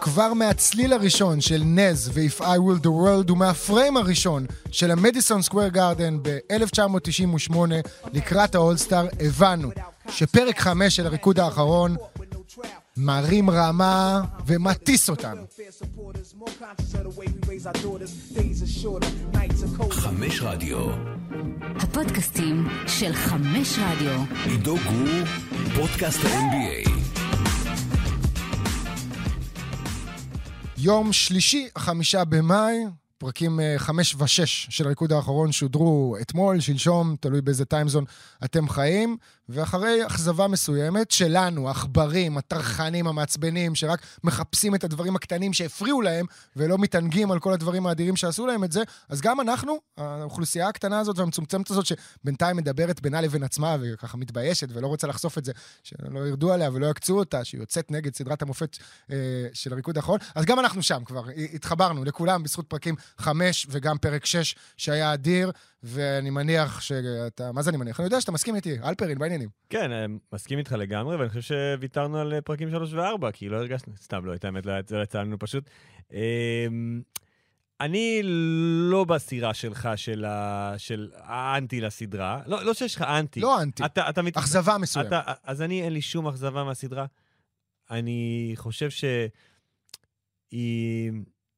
כבר מהצליל הראשון של נז ו-If I Will The World ומהפריים הראשון של המדיסון סקוואר גארדן ב-1998 לקראת האולסטאר הבנו שפרק 5 של הריקוד האחרון מרים רמה ומטיס אותנו. 5 רדיו, הפודקאסטים של 5 רדיו. עידו גור, פודקאסט ה-NBA. יום שלישי, 5 במאי, פרקים 5 ו-6 של הריקוד האחרון שודרו אתמול, שלשום, תלוי באיזה טיימזון אתם חיים, ואחרי אכזבה מסוימת שלנו, האחברים, התרחנים, המעצבנים, שרק מחפשים את הדברים הקטנים שהפריעו להם, ולא מתענגים על כל הדברים האדירים שעשו להם את זה, אז גם אנחנו, האוכלוסייה הקטנה הזאת והמצומצמת הזאת, שבינתיים מדברת בינה לבין עצמה, וככה מתביישת ולא רוצה לחשוף את זה, שלא ירדו עליה ולא יקצו אותה, שהיא יוצאת נגד סדרת המופת של הריקוד האחרון, אז גם אנחנו שם כבר, התחברנו לכולם בזכות פרקים 5 וגם פרק 6 שהיה אדיר, ואני מניח שאתה, מה זה אני מניח? אני יודע שאתה מסכים איתי, אלפרין, בעניינים. כן, מסכים איתך לגמרי, ואני חושב שוויתרנו על פרקים 3 ו-4, כי לא הרגשנו, סתם לא, את האמת, זה לא יצא לנו פשוט. אני לא בסירה שלך של האנטי לסדרה, לא שיש לך אנטי. לא אנטי, אכזבה מסוימת. אז אין לי שום אכזבה מהסדרה. אני חושב שהיא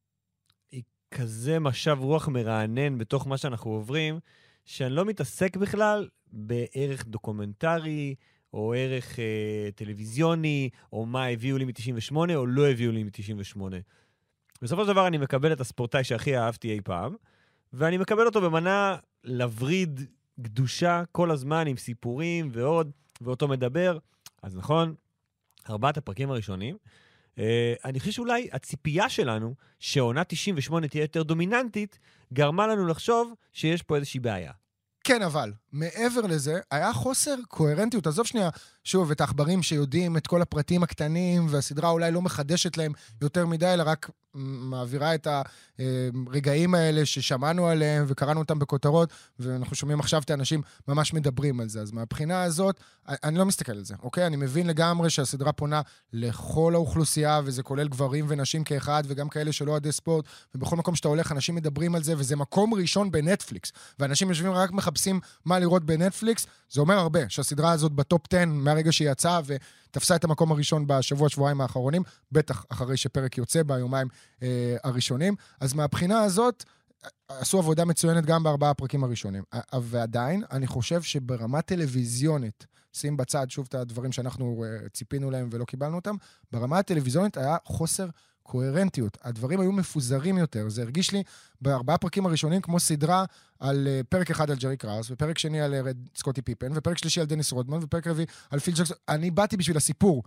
כזה משב רוח מרענן בתוך מה שאנחנו עוברים, שאני לא מתעסק בכלל בערך דוקומנטרי, או ערך טלוויזיוני, או מה הביאו לי מ-98, או לא הביאו לי מ-98. בסופו של דבר אני מקבל את הספורטאי שהכי אהבתי אי פעם, ואני מקבל אותו במנה לבריד קדושה כל הזמן עם סיפורים ועוד, ואותו מדבר. אז נכון, 4 הפרקים הראשונים, אני חושב שאולי הציפייה שלנו, שעונה 98 תהיה יותר דומיננטית, גרמה לנו לחשוב שיש פה איזושהי בעיה. כן, אבל מעבר לזה, היה חוסר קוהרנטיות. עזוב שנייה, שוב, את האחברים שיודעים את כל הפרטים הקטנים, והסדרה אולי לא מחדשת להם יותר מדי, אלא רק מעבירה את הרגעים האלה ששמענו עליהם וקראנו אותם בכותרות, ואנחנו שומעים עכשיו את האנשים ממש מדברים על זה. אז מהבחינה הזאת, אני לא מסתכל על זה, אוקיי? אני מבין לגמרי שהסדרה פונה לכל האוכלוסייה, וזה כולל גברים ונשים כאחד, וגם כאלה שלא עדי ספורט, ובכל מקום שאתה הולך, אנשים מדברים על זה, וזה מקום ראשון בנטפליקס, ואנשים יושבים רק מחפשים מה לראות בנטפליקס. זה אומר הרבה שהסדרה הזאת בטופ 10 מהרגע שהיא יצאה, ותפסה את המקום הראשון שבועיים האחרונים, בטח אחרי שפרק יוצא ביומיים הראשונים. אז מהבחינה הזאת, עשו עבודה מצוינת גם ב4 הפרקים הראשונים. ועדיין, אני חושב שברמה טלוויזיונית, שים בצד שוב את הדברים שאנחנו ציפינו להם ולא קיבלנו אותם, ברמה הטלוויזיונית היה חוסר קוהרנטיות. הדברים היו מפוזרים יותר. זה הרגיש לי ב4 הפרקים הראשונים כמו סדרה על פרק 1 על ג'רי קראוס, ופרק שני על סקוטי פיפן, ופרק שלישי על דניס רודמן, ופרק רביעי על פיל ג'קסון. אני באתי בשביל הסיפור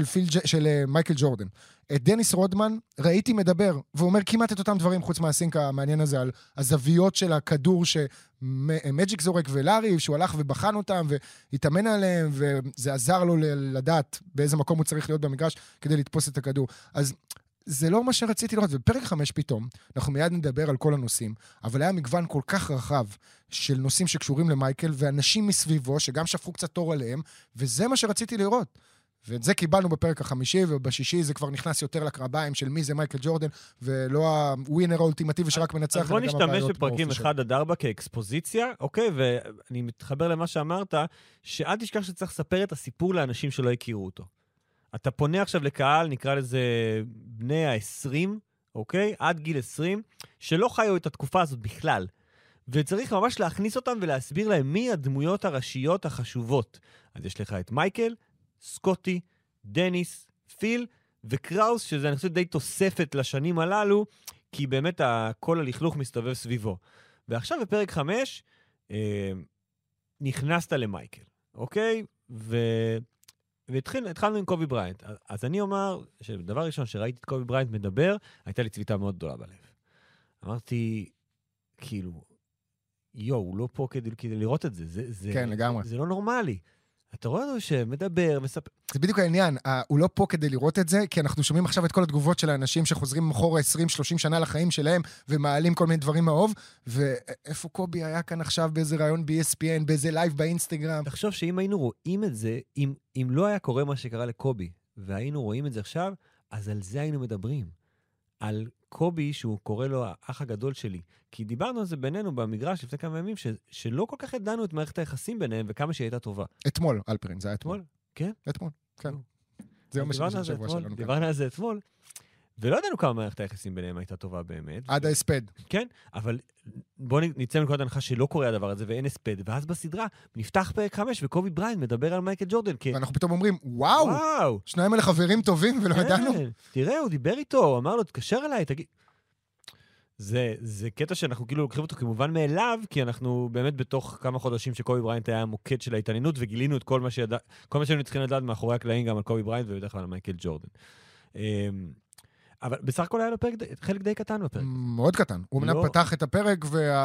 של מייקל ג'ורדן. את דניס רודמן ראיתי מדבר, והוא אומר כמעט את אותם דברים, חוץ מהסינק המעניין הזה, על הזוויות של הכדור שמג'יק זורק ולארי, שהוא הלך ובחן אותם, והתאמן עליהם, וזה עזר לו לדעת באיזה מקום הוא צריך להיות במגרש, כדי לתפוס את הכדור. אז זה לא מה שרציתי לראות, ובפרק 5 פתאום, אנחנו מיד נדבר על כל הנושאים, אבל היה מגוון כל כך רחב של נושאים שקשורים למייקל, ואנשים מסביבו שגם שפכו קצת אור עליהם, וזה מה שרציתי לראות. ואת זה קיבלנו בפרק 5, ובשישי זה כבר נכנס יותר לקרביים של מי זה מייקל ג'ורדן, ולא הווינר האולטימטיבי שרק מנצח. אז בוא נשתמש בפרקים 1-4 כאקספוזיציה, אוקיי? ואני מתחבר למה שאמרת, שעד תשכח שצריך לספר את הסיפור לאנשים שלא הכירו אותו. אתה פונה עכשיו לקהל, נקרא לזה בני ה-20, אוקיי? עד גיל 20, שלא חיו את התקופה הזאת בכלל. וצריך ממש להכניס אותם ולהסביר להם מי הדמויות הראשיות החשובות. אז יש לך את מייקל, סקוטי, דניס, פיל וקראוס, שזה אני חושב די תוספת לשנים הללו, כי באמת כל הלכלוך מסתובב סביבו. ועכשיו בפרק 5, נכנסת למייקל, אוקיי? והתחלנו עם קובי בריינט. אז אני אומר, שדבר ראשון שראיתי את קובי בריינט מדבר, הייתה לי צביטה מאוד גדולה בלב. אמרתי, כאילו, הוא לא פה כדי לראות את זה. כן, לגמרי. זה לא נורמלי. אתה רואה אותו שמדבר, מספר... זה בדיוק העניין, הוא לא פה כדי לראות את זה, כי אנחנו שומעים עכשיו את כל התגובות של האנשים שחוזרים אחורה 20-30 שנה לחיים שלהם, ומעלים כל מיני דברים מאהוב, ואיפה קובי היה כאן עכשיו באיזה רעיון ב-ESPN, באיזה לייב באינסטגרם? תחשוב שאם היינו רואים את זה, אם לא היה קורה מה שקרה לקובי, והיינו רואים את זה עכשיו, אז על זה היינו מדברים. על קובי, שהוא קורא לו האח הגדול שלי. כי דיברנו על זה בינינו במגרש לפני כמה ימים, שלא כל כך ידענו את מערכת היחסים ביניהם, וכמה שהיא הייתה טובה. אתמול, אלפרין, זה היה אתמול. כן? אתמול, כן. זה יום השבוע שלנו כאן. דיברנו על זה אתמול, ולא ידענו כמה מערכת היחסים ביניהם הייתה טובה באמת. עד ההספד. כן, אבל בואו נצא מנקודת הנחה שלא קורה הדבר הזה ואין הספד, ואז בסדרה נפתח פרק 5 וקובי בריינט מדבר על מייקל ג'ורדן. ואנחנו פתאום אומרים, וואו, שניים אלה חברים טובים ולא ידענו. תראה, הוא דיבר איתו, אמר לו, תקשר אליי, תגיד. זה קטע שאנחנו כאילו לוקחים אותו כמובן מאליו, כי אנחנו באמת בתוך כמה חודשים שקובי בריינט היה המוקד של ההתעניינות, וגילינו את כל מה שהיינו צריכים לדעת מאחורי הקלעים גם על קובי בריינט, ובדרך כלל על מייקל ג'ורדן. אבל בסך הכל היה לו חלק די קטן בפרק. מאוד קטן. הוא מנה פתח את הפרק,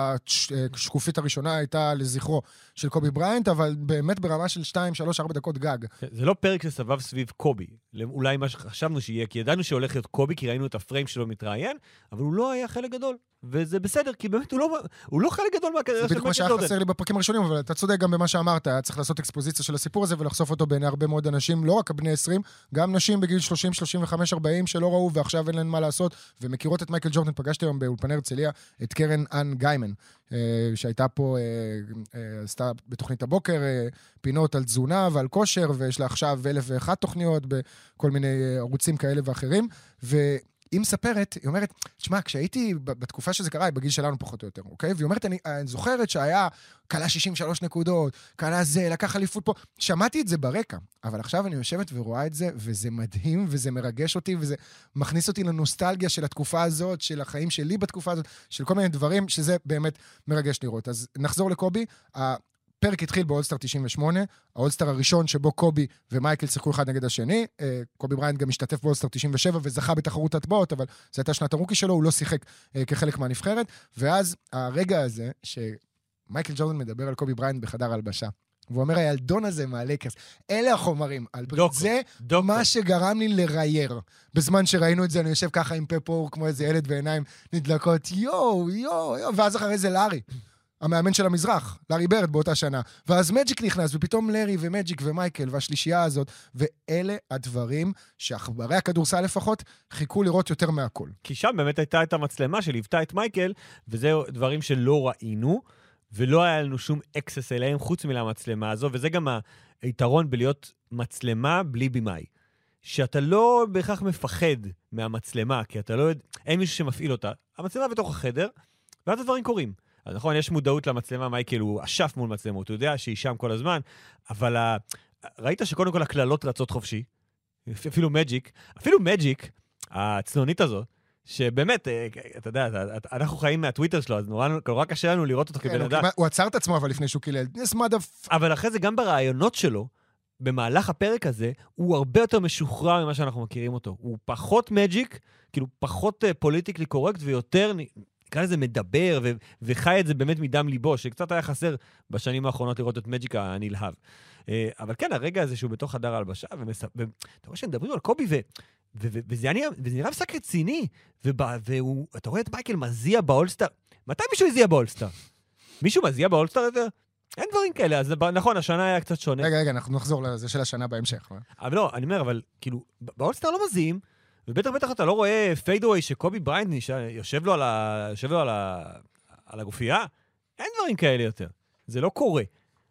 והשקופית הראשונה הייתה לזכרו של קובי בריינט, אבל באמת ברמה של 2, 3, 4 דקות גג. זה לא פרק שסבב סביב קובי. אולי מה שחשבנו שיהיה, כי ידענו שהולך להיות קובי, כי ראינו את הפריים שלו מתראיין, אבל הוא לא היה חלק גדול. וזה בסדר, כי באמת הוא לא חלק גדול מהקריירה של מייקל ג'ורדן. זה בדיוק מה שהיה חסר לי בפרקים הראשונים, אבל אתה צודק גם במה שאמרת, היה צריך לעשות אקספוזיציה של הסיפור הזה ולחשוף אותו בעיני הרבה מאוד אנשים, לא רק בני 20, גם נשים בגיל 30, 35, 40 שלא ראו ועכשיו אין להן מה לעשות, ומכירות את מייקל ג'ורדן. פגשתי היום באולפני הרצליה את קרן אן גיימן, שהייתה פה, עשתה בתוכנית הבוקר פינות על תזונה ועל כושר, ויש לה עכשיו 1,001 תוכניות בכל מיני ערוצים כאלה ואחרים, היא מספרת, היא אומרת, תשמע, כשהייתי בתקופה שזה קרה, היא בגיל שלנו פחות או יותר, אוקיי? והיא אומרת, אני זוכרת שהיה קלה 63 נקודות, קלה זה, לקח אליפות פה, שמעתי את זה ברקע, אבל עכשיו אני יושבת ורואה את זה, וזה מדהים, וזה מרגש אותי, וזה מכניס אותי לנוסטלגיה של התקופה הזאת, של החיים שלי בתקופה הזאת, של כל מיני דברים, שזה באמת מרגש לראות. אז נחזור לקובי, הפרק התחיל באולסטאר 98, האולסטאר הראשון שבו קובי ומייקל שיחקו אחד נגד השני, קובי בריינט גם השתתף באולסטאר 97 וזכה בתחרות הטבעות, אבל זו הייתה שנת הרוקי שלו, הוא לא שיחק כחלק מהנבחרת, ואז הרגע הזה שמייקל ג'ורדן מדבר על קובי בריינט בחדר הלבשה, והוא אומר, הילדון הזה מהלקרס, אלה החומרים, זה מה שגרם לי לרייר. בזמן שראינו את זה, אני יושב ככה עם פפור, כמו איזה ילד בעיניים נדלקות, יו, ואז אחרי זה לארי. המאמן של המזרח, לארי ברד באותה שנה. ואז מג'יק נכנס, ופתאום לארי ומג'יק ומייקל והשלישייה הזאת, ואלה הדברים שעכברי הכדורסל לפחות חיכו לראות יותר מהכל. כי שם באמת הייתה את המצלמה שליוותה את מייקל, וזה דברים שלא ראינו, ולא היה לנו שום אקסס אליהם חוץ מלמצלמה הזו, וזה גם היתרון בלהיות מצלמה בלי בימאי. שאתה לא בהכרח מפחד מהמצלמה, כי אתה לא יודע, אין מישהו שמפעיל אותה. המצלמה בתוך החדר, ואז הדברים קורים. אז נכון, יש מודעות למצלמה, מייקל הוא אשף מול מצלמות, הוא יודע שהיא שם כל הזמן, אבל ראית שקודם כל הכללות רצות חופשי, אפילו מג'יק, הצנונית הזאת, שבאמת, אתה יודע, אנחנו חיים מהטוויטר שלו, אז נורא קשה לנו לראות אותו כבן אדם. הוא עצר את עצמו, אבל לפני שהוא קילל. אבל אחרי זה גם ברעיונות שלו, במהלך הפרק הזה, הוא הרבה יותר משוחרר ממה שאנחנו מכירים אותו. הוא פחות מג'יק, כאילו פחות פוליטיקלי קורקט, ויותר נקרא לזה מדבר, וחי את זה באמת מדם ליבו, שקצת היה חסר בשנים האחרונות לראות את מג'יק הנלהב. אבל כן, הרגע הזה שהוא בתוך חדר ההלבשה, ואתה רואה שמדברים על קובי, וזה נראה משחק רציני, ואתה רואה את מייקל מזיע באולסטאר. מתי מישהו הזיע באולסטאר? מישהו מזיע באולסטאר יותר? אין דברים כאלה, אז נכון, השנה היה קצת שונה. רגע, אנחנו נחזור לזה של השנה בהמשך. אבל לא, אני אומר, אבל כאילו, באולסטאר לא מזיעים, ובטח אתה לא רואה פיידווי שקובי בריינט יושב לו על הגופייה? אין דברים כאלה יותר. זה לא קורה.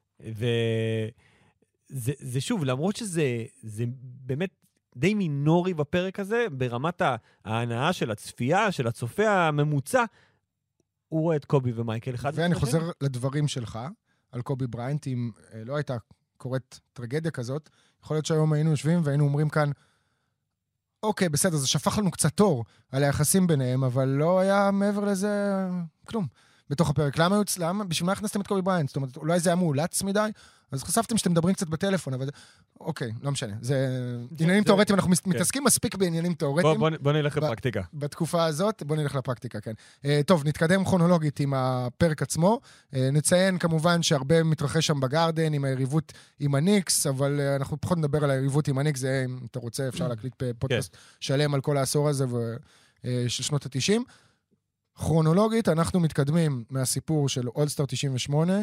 וזה שוב, למרות שזה באמת די מינורי בפרק הזה, ברמת ההנאה של הצפייה, של הצופה הממוצע, הוא רואה את קובי ומייקל אחד. ואני חוזר לדברים שלך על קובי בריינט, אם לא הייתה קורית טרגדיה כזאת, יכול להיות שהיום היינו יושבים והיינו אומרים כאן, אוקיי, בסדר, זה שפך לנו קצת תור על היחסים ביניהם, אבל לא היה מעבר לזה כלום בתוך הפרק. למה? בשביל מה הכנסתם את קובי בריינט? זאת אומרת, אולי זה היה מאולץ מדי, אז חשפתם שאתם מדברים קצת בטלפון, אבל אוקיי, לא משנה. זה עניינים תיאורטיים, אנחנו מתעסקים מספיק בעניינים תיאורטיים. בוא נלך לפרקטיקה. בתקופה הזאת, בוא נלך לפרקטיקה, כן. טוב, נתקדם כרונולוגית עם הפרק עצמו. נציין כמובן שהרבה מתרחש שם בגרדן, עם היריבות עם הניקס, אבל אנחנו פחות נדבר על היריבות עם הניקס, זה, אם אתה רוצה, אפשר להקליט פודקאסט שלם על כל העשור הזה של שנות ה-90. כרונולוגית, אנחנו מתקדמים מהסיפור של אולסטאר 98.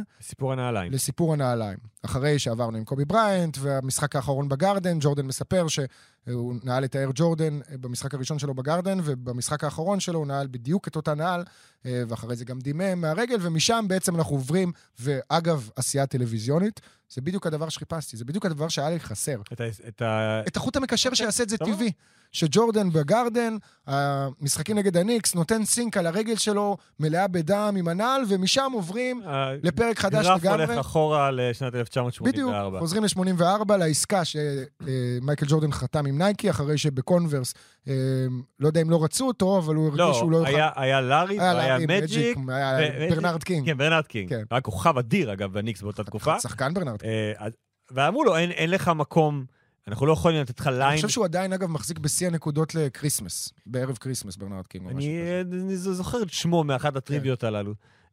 לסיפור הנעליים. אחרי שעברנו עם קובי בריינט, והמשחק האחרון בגרדן, ג'ורדן מספר הוא נעל את האר ג'ורדן במשחק הראשון שלו בגרדן, ובמשחק האחרון שלו הוא נעל בדיוק את אותה נעל, ואחרי זה גם דימם מהרגל, ומשם בעצם אנחנו עוברים, ואגב, עשייה טלוויזיונית, זה בדיוק הדבר שחיפשתי, זה בדיוק הדבר שהיה לי חסר. את החוט המקשר שיעשה את זה טבעי. שג'ורדן בגרדן, המשחקים נגד הניקס, נותן סינק על הרגל שלו, מלאה בדם עם הנעל, ומשם עוברים לפרק חדש לגמרי. גרף הולך אחורה לשנת 1984. בדיוק, חוזרים ל-84, לעסקה שמייקל ג'ורדן חתם עם נייקי, אחרי שבקונברס, לא יודע אם לא רצו אותו, אבל הוא הרגיש שהוא לא יוכל. לא, היה לארי, היה מג'יק, היה ברנרד קינג. כן, ברנרד קינג. היה כוכב אדיר, אגב, בניקס באותה תקופה. שחקן ברנרד קינג. ואמרו לו, אין לך מקום, אנחנו לא יכולים לתת לך ליין. אני חושב שהוא עדיין, אגב, מחזיק בשיא הנקודות לקריסמס, בערב קריסמס, ברנרד קינג. אני זוכר את שמו מאחד הטריוויות הללו.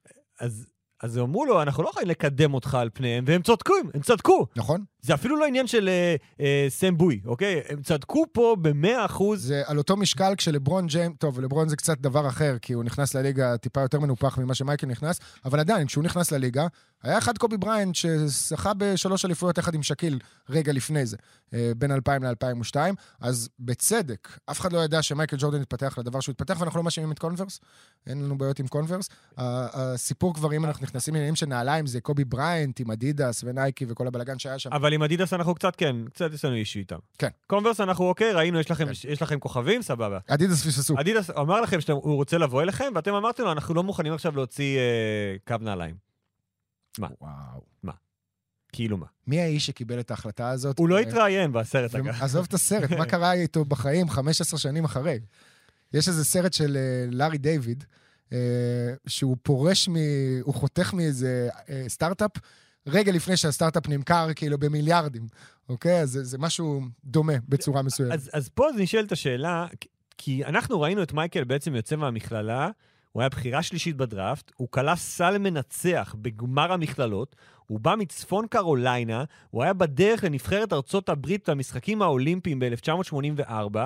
אז אמרו לו, אנחנו לא יכולים לקדם אותך על פניהם, והם צדקו. נכון. זה אפילו לא עניין של סם בוי, אוקיי? הם צדקו פה ב100%. זה על אותו משקל כשלברון ג'יימס, טוב, לברון זה קצת דבר אחר, כי הוא נכנס לליגה טיפה יותר מנופח ממה שמייקל נכנס, אבל עדיין, כשהוא נכנס לליגה, היה אחד קובי בריינט ששחה ב3 אליפויות יחד עם שקיל רגע לפני זה, בין 2000 ל-2002, אז בצדק, אף אחד לא ידע שמייקל ג'ורדן יתפתח לדבר שהוא יתפתח, ואנחנו לא מאשימים את קונברס, אין לנו בעיות עם קונברס. הסיפור כבר, אם אנחנו נכנסים לעניינים של נעליים, זה קובי בריינט עם אדידס ונייקי וכל הבלגן שהיה שם. אבל עם אדידס אנחנו קצת יש לנו אישו איתם. כן. קונברס אנחנו אוקיי, ראינו, יש לכם כוכבים, סבבה. אדידס פספסו. אדידס אמר לכם שהוא רוצה לבוא אליכם, ואתם אמרתם לו, אנחנו לא מוכנים עכשיו להוציא קו נעליים. מה? וואו. מה? כאילו מה? מי האיש שקיבל את ההחלטה הזאת? הוא לא התראיין בסרט, אגב. עזוב את הסרט, מה קרה איתו בחיים 15 שנים אחרי? יש איזה סרט של לארי דיוויד, שהוא פורש הוא חותך מאיזה סטארט-אפ, רגע לפני שהסטארט-אפ נמכר כאילו במיליארדים, אוקיי? אז זה משהו דומה בצורה מסוימת. אז פה נשאלת השאלה, כי אנחנו ראינו את מייקל בעצם יוצא מהמכללה, הוא היה בחירה שלישית בדראפט, הוא קלה סל מנצח בגמר המכללות, הוא בא מצפון קרוליינה, הוא היה בדרך לנבחרת ארצות הברית במשחקים האולימפיים ב-1984,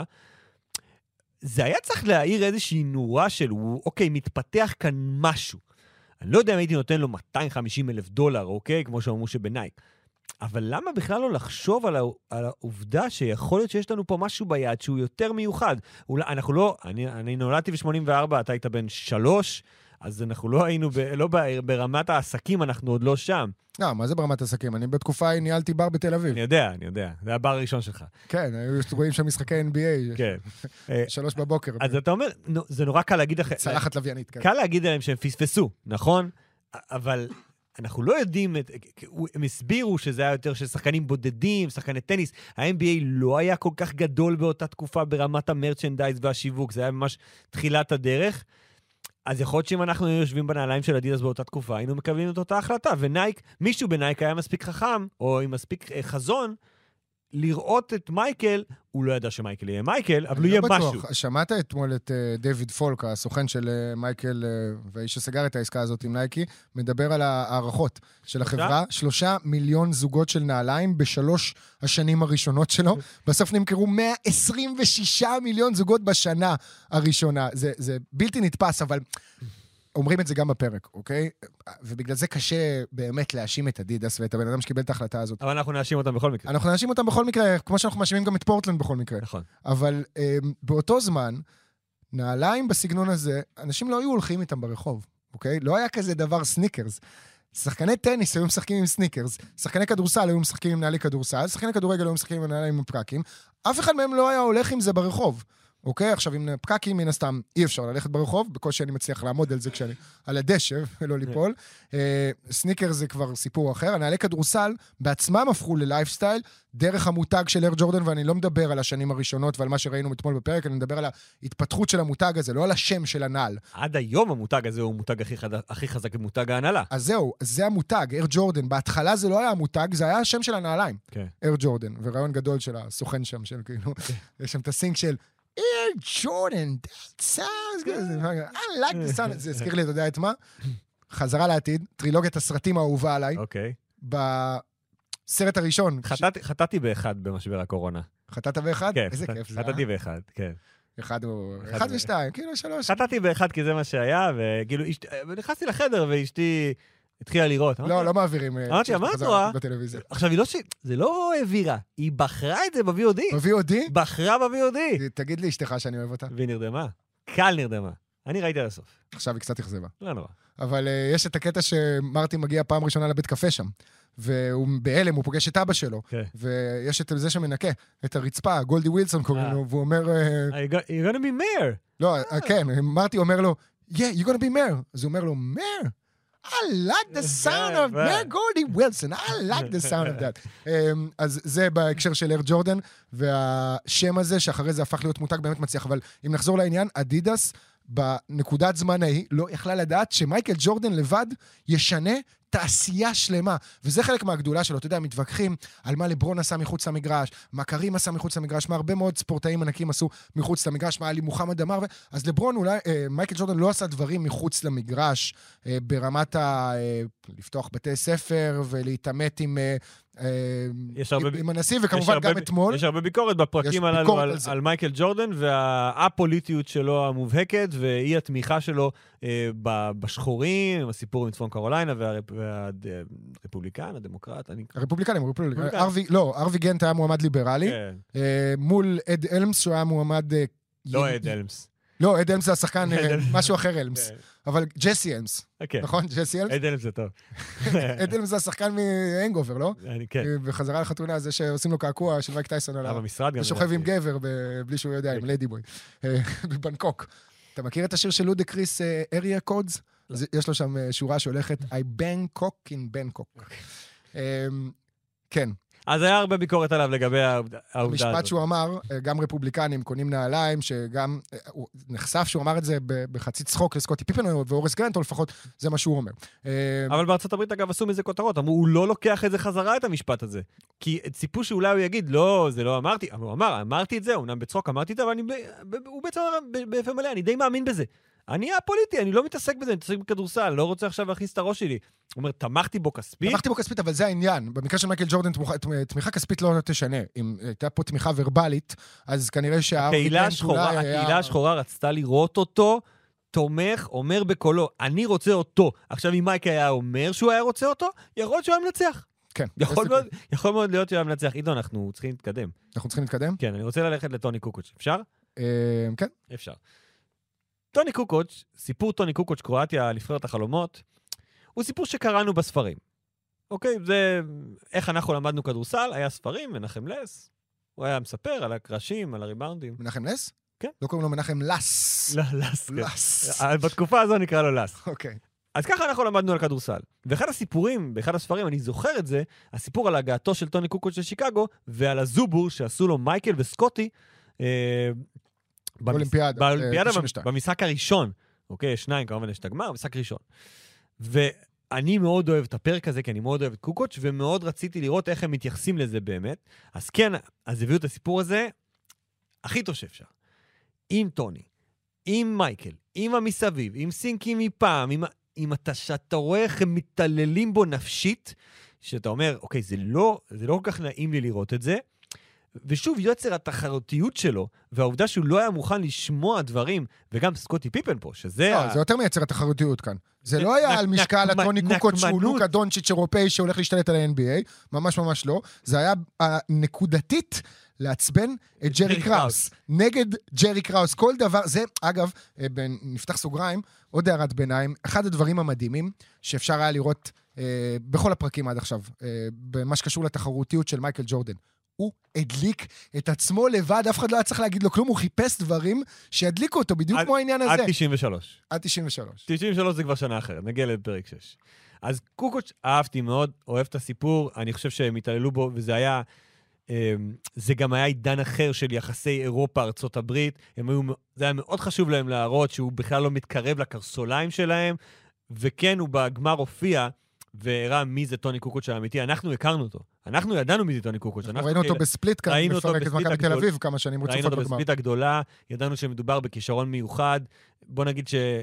זה היה צריך להעיר איזושהי נורה של, אוקיי, מתפתח כאן משהו. אני לא יודע אם הייתי נותן לו $250,000, אוקיי? כמו שאמרו שבנייק. אבל למה בכלל לא לחשוב על העובדה שיכול להיות שיש לנו פה משהו ביד שהוא יותר מיוחד? אנחנו לא, אני נולדתי ב-84, אתה היית בן 3, אז אנחנו לא היינו, לא ברמת העסקים, אנחנו עוד לא שם. לא, מה זה ברמת העסקים? אני בתקופה ניהלתי בר בתל אביב. אני יודע. זה הבר הראשון שלך. כן, רואים שם משחקי NBA. כן. 3 בבוקר. אז אתה אומר, זה נורא קל להגיד לכם. צלחת לוויינית. קל להגיד להם שהם פספסו, נכון? אבל אנחנו לא יודעים, הם הסבירו שזה היה יותר של שחקנים בודדים, שחקני טניס. ה-NBA לא היה כל כך גדול באותה תקופה ברמת המרצ'נדייז והשיווק, זה היה ממש תחילת הדרך. אז יכול להיות שאם אנחנו יושבים בנעליים של אדידס באותה תקופה, היינו מקבלים את אותה החלטה, ונייק, מישהו בנייק היה מספיק חכם, או עם מספיק חזון, לראות את מייקל, הוא לא ידע שמייקל יהיה מייקל, אבל הוא יהיה משהו. שמעת אתמול את דיוויד פולק, הסוכן של מייקל, והאיש שסגר את העסקה הזאת עם נייקי, מדבר על הערכות של החברה, 3 מיליון זוגות של נעליים בשלוש השנים הראשונות שלו, בסוף נמכרו 126 מיליון זוגות בשנה הראשונה. זה בלתי נתפס, אבל אומרים את זה גם בפרק, אוקיי? ובגלל זה קשה באמת להאשים את אדידס ואת הבן אדם שקיבל את ההחלטה הזאת. אבל אנחנו נאשים אותם בכל מקרה. אנחנו נאשים אותם בכל מקרה, כמו שאנחנו מאשימים גם את פורטלנד בכל מקרה. נכון. אבל באותו זמן, נעליים בסגנון הזה, אנשים לא היו הולכים איתם ברחוב, אוקיי? לא היה כזה דבר סניקרס. שחקני טניס היו משחקים עם סניקרס, שחקני כדורסל היו משחקים עם נעלי כדורסל, שחקני כדורגל היו משחקים עם נעליים עם פקקים. אף אחד מהם לא היה הולך עם זה ברחוב. אוקיי, עכשיו עם פקקים מן הסתם אי אפשר ללכת ברחוב, בקושי אני מצליח לעמוד על זה כשאני על הדשא ולא ליפול. סניקר זה כבר סיפור אחר. הנעלי כדורסל בעצמם הפכו ללייפסטייל, דרך המותג של אר ג'ורדן, ואני לא מדבר על השנים הראשונות ועל מה שראינו אתמול בפרק, אני מדבר על ההתפתחות של המותג הזה, לא על השם של הנעל. עד היום המותג הזה הוא המותג הכי חזק במותג ההנהלה. אז זהו, זה המותג, אר ג'ורדן. בהתחלה זה לא היה המותג, זה היה השם של הנעליים. אר ג'ורדן, ורעיון גדול של הסוכן שם, של כאילו, יש שם את הסינק של Air Jordan, that sounds good. I like the sound. זה הזכיר לי, אתה יודע את מה? חזרה לעתיד, טרילוגיית הסרטים האהובה עליי. אוקיי. בסרט הראשון. חטאתי באחד במשבר הקורונה. חטאת באחד? כן. איזה כיף זה. חטאתי באחד, כן. אחד ושתיים, כאילו 3. חטאתי באחד כי זה מה שהיה, וכאילו, נכנסתי לחדר ואשתי התחילה לראות. לא מעבירים. אמרתי, מה את רואה? בטלוויזיה. עכשיו, זה לא העבירה, היא בחרה את זה ב-VOD. ב-VOD? בחרה ב-VOD. תגיד לי אשתך שאני אוהב אותה. והיא נרדמה. קל נרדמה. אני ראיתי עד הסוף. עכשיו היא קצת אכזבה. לא נורא. אבל יש את הקטע שמרטי מגיע פעם ראשונה לבית קפה שם, והוא בהלם, הוא פוגש את אבא שלו, ויש את זה שמנקה, את הרצפה, גולדי ווילסון קוראים לו, והוא אומר... You're gonna be mayor. לא, כן, מרטי אומר לו, yeah, you're gonna be mayor. אז הוא אומר לו, mayor? I like the sound of Mayor Goldie Wilson. I like the sound of that. אז זה בהקשר של אר ג'ורדן, והשם הזה, שאחרי זה הפך להיות מותג באמת מצליח. אבל אם נחזור לעניין, אדידס, בנקודת זמן ההיא, לא יכלה לדעת שמייקל ג'ורדן לבד ישנה תעשייה שלמה. וזה חלק מהגדולה שלו. אתה יודע, מתווכחים על מה לברון עשה מחוץ למגרש, מה קרים עשה מחוץ למגרש, מה הרבה מאוד ספורטאים ענקים עשו מחוץ למגרש, מה עלי מוחמד אמר. אז לברון אולי, מייקל ג'ורדן לא עשה דברים מחוץ למגרש, ברמת לפתוח בתי ספר ולהתעמת עם הנשיא, וכמובן גם אתמול. יש הרבה ביקורת בפרקים הללו על מייקל ג'ורדן, והפוליטיות שלו המובהקת, ואי התמיכה שלו בשחורים, הסיפור עם צפון קרוליינה, והרפובליקן, הדמוקרט. הרפובליקנים. ארווי גנט היה מועמד ליברלי, מול אד אלמס, שהוא היה מועמד... לא אד אלמס. לא, אד אלמס זה השחקן, משהו אחר אלמס. אבל ג'סי אלמס. נכון? ג'סי אלמס? אד אלמס זה טוב. אד אלמס זה השחקן מהנגובר, לא? כן. בחזרה לחתונה הזה שעושים לו קעקוע של מייק טייסון על במשרד גם. ושוכב עם גבר בלי שהוא יודע, עם ליידי בוי. בבנקוק. אתה מכיר את השיר של לודה קריס, אריה קודס? יש לו שם שורה שהולכת, I Bangkok in Bangkok. כן. אז היה הרבה ביקורת עליו לגבי העובדה הזאת. המשפט שהוא אמר, גם רפובליקנים קונים נעליים, שגם נחשף שהוא אמר את זה בחצי צחוק לסקוטי פיפן ואורס גרנט, או לפחות זה מה שהוא אומר. אבל בארצות הברית, אגב, עשו מזה כותרות. אמרו, הוא לא לוקח את זה חזרה, את המשפט הזה. כי ציפו שאולי הוא יגיד, לא, זה לא אמרתי. הוא אמר, אמרתי את זה, אומנם בצחוק אמרתי את זה, אבל הוא בעצם בפה מלא, אני די מאמין בזה. אני הפוליטי, אני לא מתעסק בזה, אני מתעסק בכדורסל, לא רוצה עכשיו להכניס את הראש שלי. הוא אומר, תמכתי בו כספית. תמכתי בו כספית, אבל זה העניין. במקרה של מייקל ג'ורדן, תמיכה כספית לא תשנה. אם הייתה פה תמיכה ורבלית, אז כנראה הקהילה השחורה רצתה לראות אותו, תומך, אומר בקולו, אני רוצה אותו. עכשיו, אם מייק היה אומר שהוא היה רוצה אותו, יכול להיות שהוא היה מנצח. כן. יכול מאוד להיות שהוא היה מנצח. עידו, אנחנו צריכים להתקדם. אנחנו צריכים להתקדם? כן, אני רוצה ללכת לטוני קוקוץ'. אפשר? כן. אפשר. טוני קוקוץ', סיפור טוני קוקוץ', קרואטיה, נבחרת החלומות, הוא סיפור שקראנו בספרים. אוקיי? זה איך אנחנו למדנו כדורסל, היה ספרים, מנחם לס, הוא היה מספר על הקרשים, על הריבאונדים. מנחם לס? כן. לא קוראים לו מנחם לס. לא, לס, כן. לס. בתקופה הזו נקרא לו לס. אוקיי. אז ככה אנחנו למדנו על כדורסל. ואחד הסיפורים, באחד הספרים, אני זוכר את זה, הסיפור על הגעתו של טוני קוקוץ' לשיקגו, ועל הזובור שעשו לו מייקל וסקוטי, באולימפיאדה, במשחק הראשון. אוקיי, שניים, כמובן יש את הגמר, משחק ראשון. ואני מאוד אוהב את הפרק הזה, כי אני מאוד אוהב את קוקוץ', ומאוד רציתי לראות איך הם מתייחסים לזה באמת. אז כן, אז הביאו את הסיפור הזה הכי טוב שאפשר. עם טוני, עם מייקל, עם המסביב, עם סינקי מפעם, עם שאתה רואה איך הם מתעללים בו נפשית, שאתה אומר, אוקיי, זה לא כל כך נעים לי לראות את זה, ושוב, יוצר התחרותיות שלו, והעובדה שהוא לא היה מוכן לשמוע דברים, וגם סקוטי פיפן פה, שזה... לא, זה יותר מייצר התחרותיות כאן. זה לא היה על משקל הטוני קוקוץ' שהוא לוקה דונצ'יץ' אירופאי שהולך להשתלט על ה-NBA, ממש ממש לא. זה היה נקודתית לעצבן את ג'רי קראוס. נגד ג'רי קראוס. כל דבר, זה, אגב, נפתח סוגריים, עוד הערת ביניים, אחד הדברים המדהימים שאפשר היה לראות בכל הפרקים עד עכשיו, במה שקשור לתחרותיות של מייקל ג'ורדן. הוא הדליק את עצמו לבד, אף אחד לא היה צריך להגיד לו כלום, הוא חיפש דברים שידליקו אותו, בדיוק כמו העניין הזה. עד 93. עד 93. 93 זה כבר שנה אחרת, נגיע לפרק 6. אז קוקוץ' אהבתי מאוד, אוהב את הסיפור, אני חושב שהם התעללו בו, וזה היה, זה גם היה עידן אחר של יחסי אירופה, ארצות הברית, זה היה מאוד חשוב להם להראות שהוא בכלל לא מתקרב לקרסוליים שלהם, וכן, הוא בגמר הופיע, והראה מי זה טוני קוקוץ' האמיתי, אנחנו הכרנו אותו. אנחנו ידענו מי זה טוני קוקוץ'. ראינו אותו בספליט כאן, מפרק את מכבי תל אביב, כמה שנים רצופות בגמר. ראינו אותו בספליט הגדולה, ידענו שמדובר בכישרון מיוחד. בוא נגיד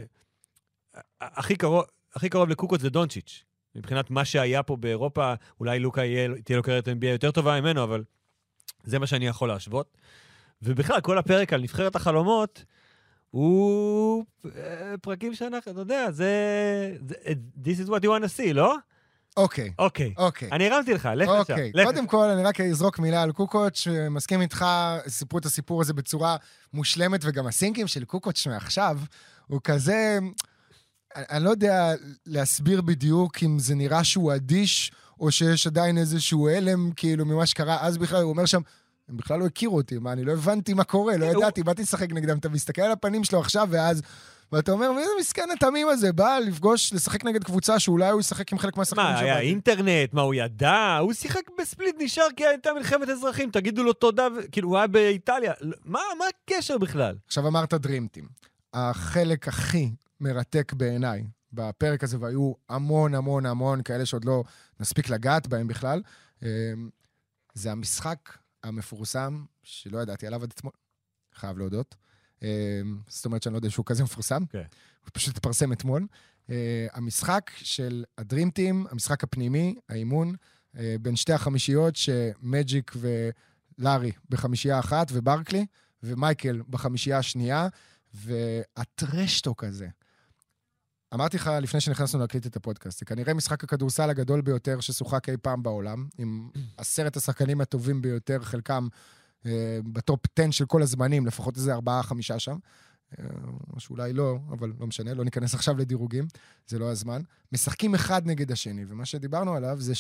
הכי קרוב לקוקוץ' זה דונצ'יץ'. מבחינת מה שהיה פה באירופה, אולי לוקה תהיה לו קריירת NBA יותר טובה ממנו, אבל זה מה שאני יכול להשוות. ובכלל, כל הפרק על נבחרת החלומות, הוא פרקים שאנחנו, אתה יודע, this is what you want to see, לא? אוקיי. אני הרמתי לך, לך לשם. אוקיי, קודם כל אני רק אזרוק מילה על קוקוץ', שמסכים איתך, סיפרו את הסיפור הזה בצורה מושלמת, וגם הסינקים של קוקוץ' מעכשיו, הוא כזה, אני לא יודע להסביר בדיוק אם זה נראה שהוא אדיש, או שיש עדיין איזשהו הלם, כאילו, ממה שקרה, אז בכלל הוא אומר שם, הם בכלל לא הכירו אותי, מה, אני לא הבנתי מה קורה, לא ידעתי, באתי לשחק נגדם, אתה מסתכל על הפנים שלו עכשיו, ואז, ואתה אומר, מי זה מסכן התמים הזה, בא לפגוש, לשחק נגד קבוצה, שאולי הוא ישחק עם חלק מהשחקנים שבאתי. מה, היה אינטרנט, מה הוא ידע? הוא שיחק בספליט נשאר, כי הייתה מלחמת אזרחים, תגידו לו תודה, כאילו, הוא היה באיטליה, מה הקשר בכלל? עכשיו אמרת דרימטים. החלק הכי מרתק בעיניי, בפרק הזה, והיו המון כאלה שעוד לא נספיק לגעת בהם בכלל, זה המשחק המפורסם, שלא ידעתי עליו עד אתמול, חייב להודות. זאת אומרת שאני לא יודע שהוא כזה מפורסם, הוא פשוט התפרסם אתמול. המשחק של הדרימטים, המשחק הפנימי, האימון, בין שתי החמישיות, שמג'יק ולארי בחמישייה אחת, וברקלי, ומייקל בחמישייה השנייה, והטרשטוק הזה. אמרתי לך לפני שנכנסנו להקליט את הפודקאסט, זה כנראה משחק הכדורסל הגדול ביותר ששוחק אי פעם בעולם, עם 10 השחקנים הטובים ביותר, חלקם בטופ 10 של כל הזמנים, לפחות איזה 4-5 שם, או שאולי לא, אבל לא משנה, לא ניכנס עכשיו לדירוגים, זה לא הזמן. משחקים אחד נגד השני, ומה שדיברנו עליו זה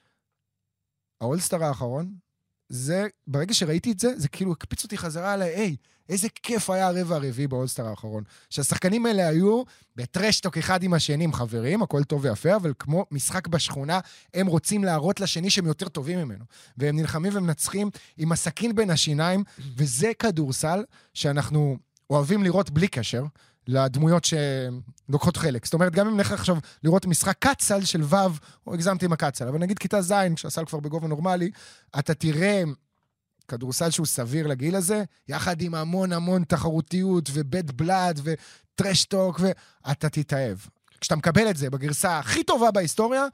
שהאולסטר האחרון, זה, ברגע שראיתי את זה, זה כאילו הקפיץ אותי חזרה עליי, איזה כיף היה הרבע הרביעי באולסטר האחרון. שהשחקנים האלה היו בטרשטוק אחד עם השני, עם חברים, הכל טוב ויפה, אבל כמו משחק בשכונה, הם רוצים להראות לשני שהם יותר טובים ממנו. והם נלחמים ומנצחים עם הסכין בין השיניים, וזה כדורסל שאנחנו אוהבים לראות בלי קשר, לדמויות שלוקחות חלק. זאת אומרת, גם אם נלך עכשיו לראות משחק קצל של וו, או הגזמתי עם הקצל, אבל נגיד כיתה זין, כשהסל כבר בגובה נורמלי, אתה תראה כדורסל שהוא סביר לגיל הזה, יחד עם המון תחרותיות, ובית בלד, וטרשטוק, ואתה תתאהב. כשאתה מקבל את זה בגרסה הכי טובה בהיסטוריה,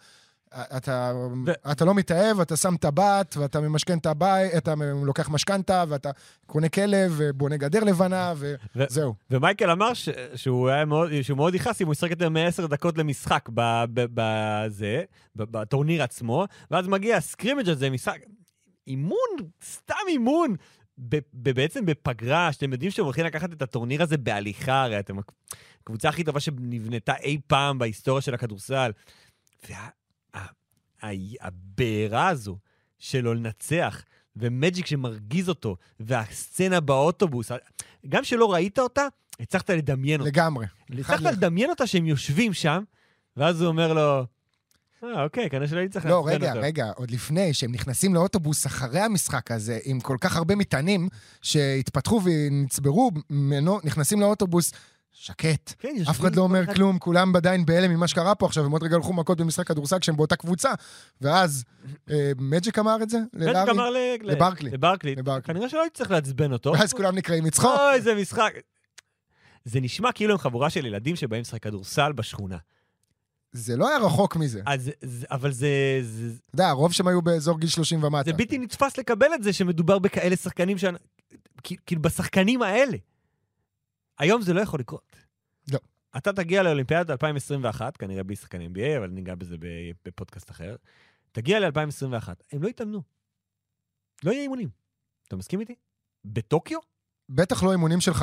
אתה לא מתאהב, אתה שם טבעת, ואתה ממשכן את הבית, אתה לוקח משכנתה, ואתה קונה כלב, ובונה גדר לבנה, וזהו. ומייקל אמר שהוא מאוד יכעס אם הוא ישחק יותר מ10 דקות למשחק בטורניר עצמו, ואז מגיע הסקרימג' הזה, משחק, אימון, סתם אימון, בעצם בפגרה, שאתם יודעים שאתם הולכים לקחת את הטורניר הזה בהליכה, הרי אתם הקבוצה הכי טובה שנבנתה אי פעם בהיסטוריה של הכדורסל, והבעירה הזו שלו לנצח, ומג'יק שמרגיז אותו, והסצנה באוטובוס, גם שלא ראית אותה, הצלחת לדמיין אותה. לגמרי. הצלחת לדמיין אותה שהם יושבים שם, ואז הוא אומר לו, אוקיי, כנראה שלא הייתי צריך לעצבן אותו. לא, רגע, עוד לפני שהם נכנסים לאוטובוס אחרי המשחק הזה, עם כל כך הרבה מטענים שהתפתחו ונצברו ממנו, נכנסים לאוטובוס, שקט. כן, אף אחד לא אומר כלום, כולם עדיין בהלם ממה שקרה פה עכשיו, הם עוד רגע הלכו מכות במשחק כדורסל כשהם באותה קבוצה, ואז מג'יק אמר את זה? מג'יק אמר לברקלי. כנראה שלא הייתי צריך לעצבן אותו. ואז כולם נקראים מצחוק. אוי, זה משחק. זה נשמע כאילו הם חבורה של ילדים שבאים לשחק כדורסל בשכונה. זה לא היה רחוק מזה. אבל זה... אתה יודע, הרוב שהם היו באזור גיל 30 ומטה. זה בלתי נתפס לקבל את זה שמדובר בכאלה שחקנים כאילו בשחקנים האלה. היום זה לא יכול לקרות. לא. אתה תגיע לאולימפיאדת 2021, כנראה בלי שחקני NBA, אבל ניגע בזה בפודקאסט אחר. תגיע ל-2021, הם לא יתאמנו. לא יהיה אימונים. אתה מסכים איתי? בטוקיו? בטח לא אימונים של 5-5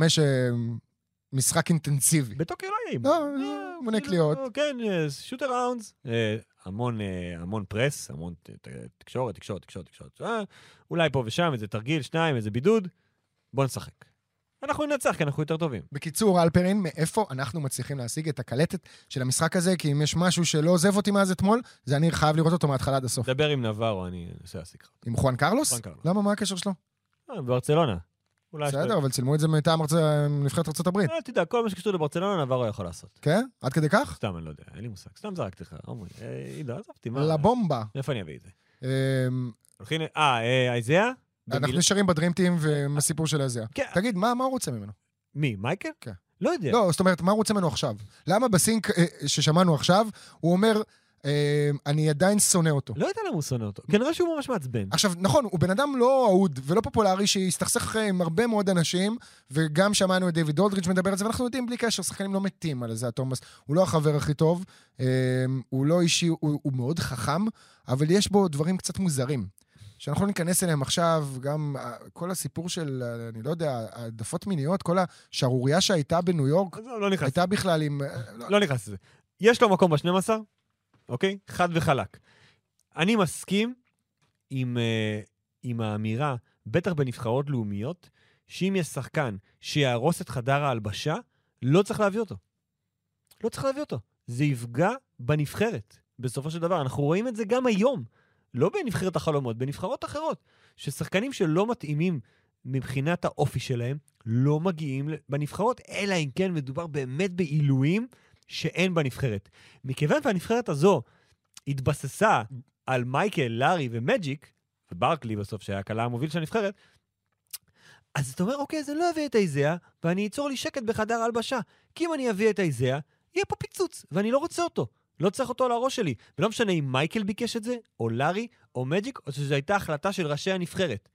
משחק אינטנסיבי. בטוקיו לא יהיה אימון. לא, אימוני קליעות. כן, שוט אראונדס, המון פרס, המון תקשורת. אולי פה ושם, איזה תרגיל, 2, איזה בידוד. בוא נשחק. אנחנו ננצח, כי אנחנו יותר טובים. בקיצור, אלפרין, מאיפה אנחנו מצליחים להשיג את הקלטת של המשחק הזה? כי אם יש משהו שלא עוזב אותי מאז אתמול, זה אני חייב לראות אותו מההתחלה עד הסוף. דבר עם נברו, אני אנסה להשיג. עם חואן קרלוס? למה? מה הקשר שלו? ברצלונה. בסדר, אבל צילמו את זה מטעם נבחרת ארצות הברית. תדע, כל מה שקשור לברצלונה, נברו יכול לעשות. כן? עד כדי כך? סתם, אני לא יודע, אין לי מושג. סתם זרקתי לך. עזבתי, מה? לבומבה. איפה אני אביא את זה? איזיה? אנחנו נשארים בדרימטים ומסיפור של איזיה. תגיד, מה הוא רוצה ממנו? מי? מייקל? כן. לא יודע. לא, זאת אומרת, מה הוא רוצה ממנו עכשיו? למה בסינק ששמענו עכשיו, הוא אומר, אני עדיין שונא אותו. לא יודע למה הוא שונא אותו. כנראה שהוא ממש מעצבן. עכשיו, נכון, הוא בן אדם לא אהוד ולא פופולרי שהסתכסך עם הרבה מאוד אנשים, וגם שמענו את דיוויד אולדריץ' מדבר על זה, ואנחנו יודעים בלי קשר, שחקנים לא מתים על זה, תומאס. הוא לא החבר הכי טוב, הוא לא אישי, הוא מאוד חכם, אבל יש בו דברים קצת מוזרים. שאנחנו ניכנס אליהם עכשיו, גם כל הסיפור של, אני לא יודע, העדפות מיניות, כל השערוריה שהייתה בניו יורק, הייתה בכלל עם... לא נכנס לזה. יש לו מקום ב-12, אוקיי? חד וחלק. אני מסכים עם האמירה, בטח בנבחרות לאומיות, שאם יש שחקן שיהרוס את חדר ההלבשה, לא צריך להביא אותו. לא צריך להביא אותו. זה יפגע בנבחרת. בסופו של דבר, אנחנו רואים את זה גם היום. לא בנבחרת החלומות, בנבחרות אחרות. ששחקנים שלא מתאימים מבחינת האופי שלהם, לא מגיעים בנבחרות, אלא אם כן מדובר באמת בעילויים שאין בנבחרת. מכיוון והנבחרת הזו התבססה על מייקל, לארי ומג'יק, וברקלי בסוף שהיה הקלה המוביל של הנבחרת, אז אתה אומר, אוקיי, זה לא יביא את האיזיה, ואני אצור לי שקט בחדר ההלבשה. כי אם אני אביא את האיזיה, יהיה פה פיצוץ, ואני לא רוצה אותו. לא צריך אותו על הראש שלי. ולא משנה אם מייקל ביקש את זה, או לארי, או מג'יק, או שזו הייתה החלטה של ראשי הנבחרת.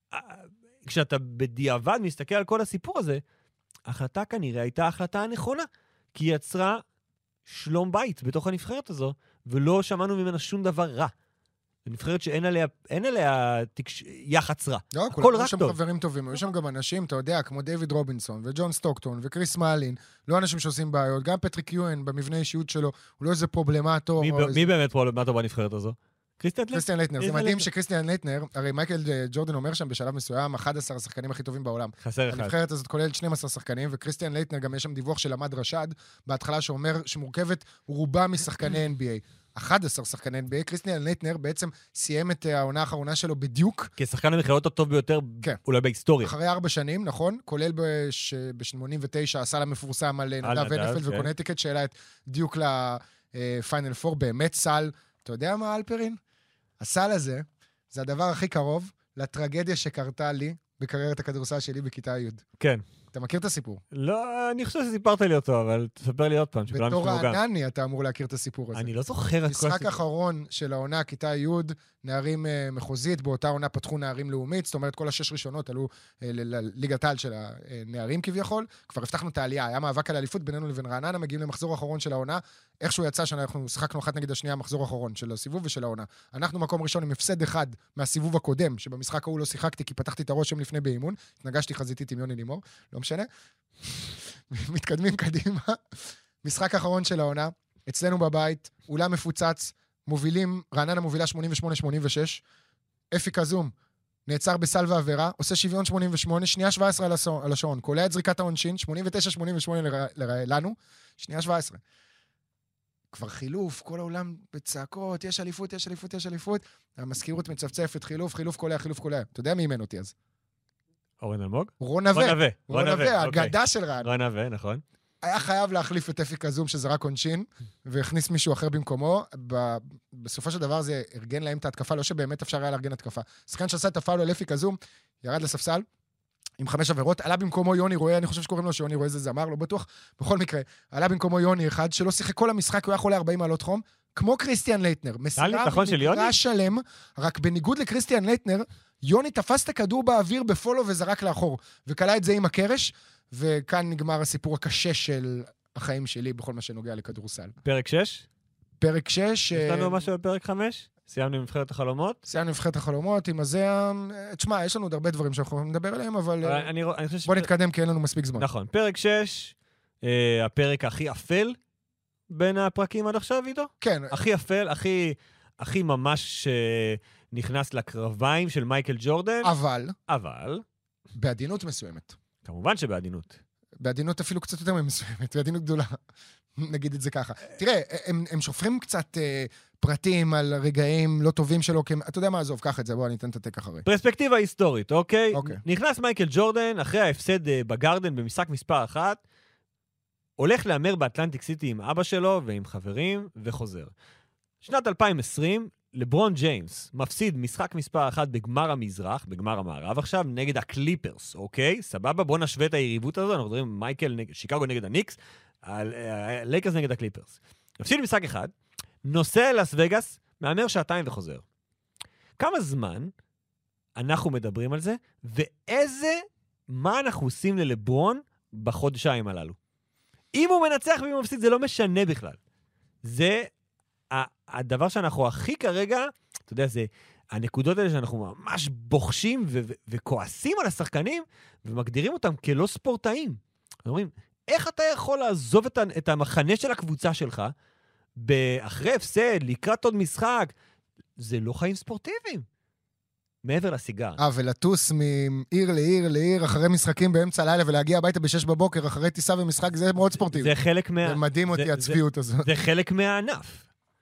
כשאתה בדיעבד מסתכל על כל הסיפור הזה, ההחלטה כנראה הייתה ההחלטה הנכונה, כי היא יצרה שלום בית בתוך הנבחרת הזו, ולא שמענו ממנה שום דבר רע. זו נבחרת שאין עליה יחץ רע. לא, הכל רק היו שם טוב. חברים טובים, היו שם גם אנשים, אתה יודע, כמו דיוויד רובינסון וג'ון סטוקטון וקריס מאלין, לא אנשים שעושים בעיות, גם פטריק יואן במבנה האישיות שלו, הוא לא איזה פרובלמטור. מי באמת פרובלמטור בנבחרת הזו? קריסטיאן לייטנר. זה מדהים שקריסטיאן לייטנר, הרי מייקל ג'ורדן אומר שם בשלב מסוים, 11 השחקנים הכי טובים בעולם. חסר אחד. הנבחרת הזאת כוללת 12 שחקנים, וקריסטיאן לייטנר גם יש שם דיווח של עמד רשד, בהתחלה שאומר שמורכבת רובה משחקני NBA. 11 שחקני NBA, קריסטיאן לייטנר בעצם סיים את העונה האחרונה שלו בדיוק. כשחקן המכללות הטוב ביותר, אולי בהיסטוריה. אחרי 4 שנים, נכון? כולל ב-89 הסל המפורסם על נדב ונפלד וקונטיקט, שאלה את דיוק לפיינל 4, באמת סל, אתה יודע מה, אלפרין? הסל הזה, זה הדבר הכי קרוב לטרגדיה שקרתה לי בקריירת הכדורסל שלי בכיתה י'. כן. אתה מכיר את הסיפור? לא, אני חושב שסיפרת לי אותו, אבל תספר לי עוד פעם, שכולם בתור ישמעו גם. הענני אתה אמור להכיר את הסיפור הזה. אני לא זוכר את כל משחק אחרון של העונה, כיתה י', נערים מחוזית, באותה עונה פתחו נערים לאומית, זאת אומרת, כל 6 ראשונות עלו לליגת העל של הנערים כביכול, כבר הבטחנו את העלייה, היה מאבק על האליפות בינינו לבין רעננה, מגיעים למחזור האחרון של העונה, איכשהו יצא שאנחנו שחקנו אחת נגד השנייה, המחזור האחרון של הסיבוב ושל העונה. אנחנו מקום ראשון עם הפסד אחד מהסיבוב הקודם, שבמשחק ההוא לא שיחקתי כי פתחתי את הראש שם לפני באימון, התנגשתי חזיתית עם יוני לימור, לא משנה. מתקדמים קדימה. משחק האחרון של העונה, אצלנו בבית, אולם מפוצץ, מובילים, רעננה מובילה 88-86, אפי קזום נעצר בסל ועבירה, עושה שוויון 88, שנייה 17 על השעון, קולע את זריקת העונשין, 89-88 לנו, שנייה 17. כבר חילוף, כל העולם בצעקות, יש אליפות, יש אליפות, יש אליפות, המזכירות מצפצפת, חילוף קולע, חילוף קולע. אתה יודע מי אימן אותי אז? אורן אלמוג? רון נווה, האגדה של רעננה. רון נווה, נכון. היה חייב להחליף את אפי קזום שזרק עונשין, והכניס מישהו אחר במקומו. בסופו של דבר זה ארגן להם את ההתקפה, לא שבאמת אפשר היה לארגן התקפה. שחקן שעשה את הפאול על אפי קזום, ירד לספסל, עם 5 עבירות, עלה במקומו יוני רואה, אני חושב שקוראים לו שיוני רואה זה זמר, לא בטוח, בכל מקרה, עלה במקומו יוני אחד, שלא שיחק כל המשחק, הוא היה חולה 40 מעלות חום, כמו קריסטיאן לייטנר, מסירה במגרש שלם, רק בניגוד לקריסטיאן לייטנר, יוני תפס את הכדור באוויר בפולו וזרק לאחור, וקלה את זה עם הקרש, וכאן נגמר הסיפור הקשה של החיים שלי בכל מה שנוגע לכדורסל. פרק 6? פרק 6. יש לנו משהו בפרק 5? סיימנו עם נבחרת החלומות? סיימנו עם נבחרת החלומות, עם הזה... תשמע, יש לנו עוד הרבה דברים שאנחנו נדבר עליהם, אבל בוא נתקדם כי אין לנו מספיק זמן. נכון, פרק 6, הפרק הכי אפל בין הפרקים עד עכשיו, איתו? כן. הכי אפל, הכי ממש נכנס לקרביים של מייקל ג'ורדן. אבל... בעדינות מסוימת. כמובן שבעדינות. בעדינות אפילו קצת יותר מסוימת, בעדינות גדולה. נגיד את זה ככה. תראה, הם שופכים קצת פרטים על רגעים לא טובים שלו, אתה יודע מה, עזוב, קח את זה, בוא, אני אתן את הטק אחרי. פרספקטיבה היסטורית, אוקיי? נכנס מייקל ג'ורדן, אחרי ההפסד בגרדן במשחק מספר 1, הולך לאמר באטלנטיק סיטי עם אבא שלו ועם חברים, וחוזר. שנת 2020, לברון ג'יימס מפסיד משחק מספר 1 בגמר המזרח, בגמר המערב עכשיו, נגד הקליפרס, אוקיי? סבבה, בוא נשווה את היריבות הזו, אנחנו מדברים שיקגו נגד הניקס, לייקרס נגד הקליפרס. מפסיד משחק אחד, נוסע ללאס וגאס, מאמר 2 וחוזר. כמה זמן אנחנו מדברים על זה, מה אנחנו עושים ללברון בחודשיים הללו? אם הוא מנצח ואם הוא מפסיד, זה לא משנה בכלל. זה הדבר שאנחנו הכי כרגע, אתה יודע, זה הנקודות האלה שאנחנו ממש בוחשים וכועסים על השחקנים, ומגדירים אותם כלא ספורטאים. אומרים, איך אתה יכול לעזוב את המחנה של הקבוצה שלך, אחרי הפסד, לקראת עוד משחק? זה לא חיים ספורטיביים. מעבר לסיגר. ולטוס מעיר לעיר לעיר, אחרי משחקים באמצע הלילה, ולהגיע הביתה ב-6 בבוקר, אחרי טיסה ומשחק, זה מאוד ספורטיבי. זה חלק זה מדהים אותי, הצביעות הזאת. זה חלק מהענף.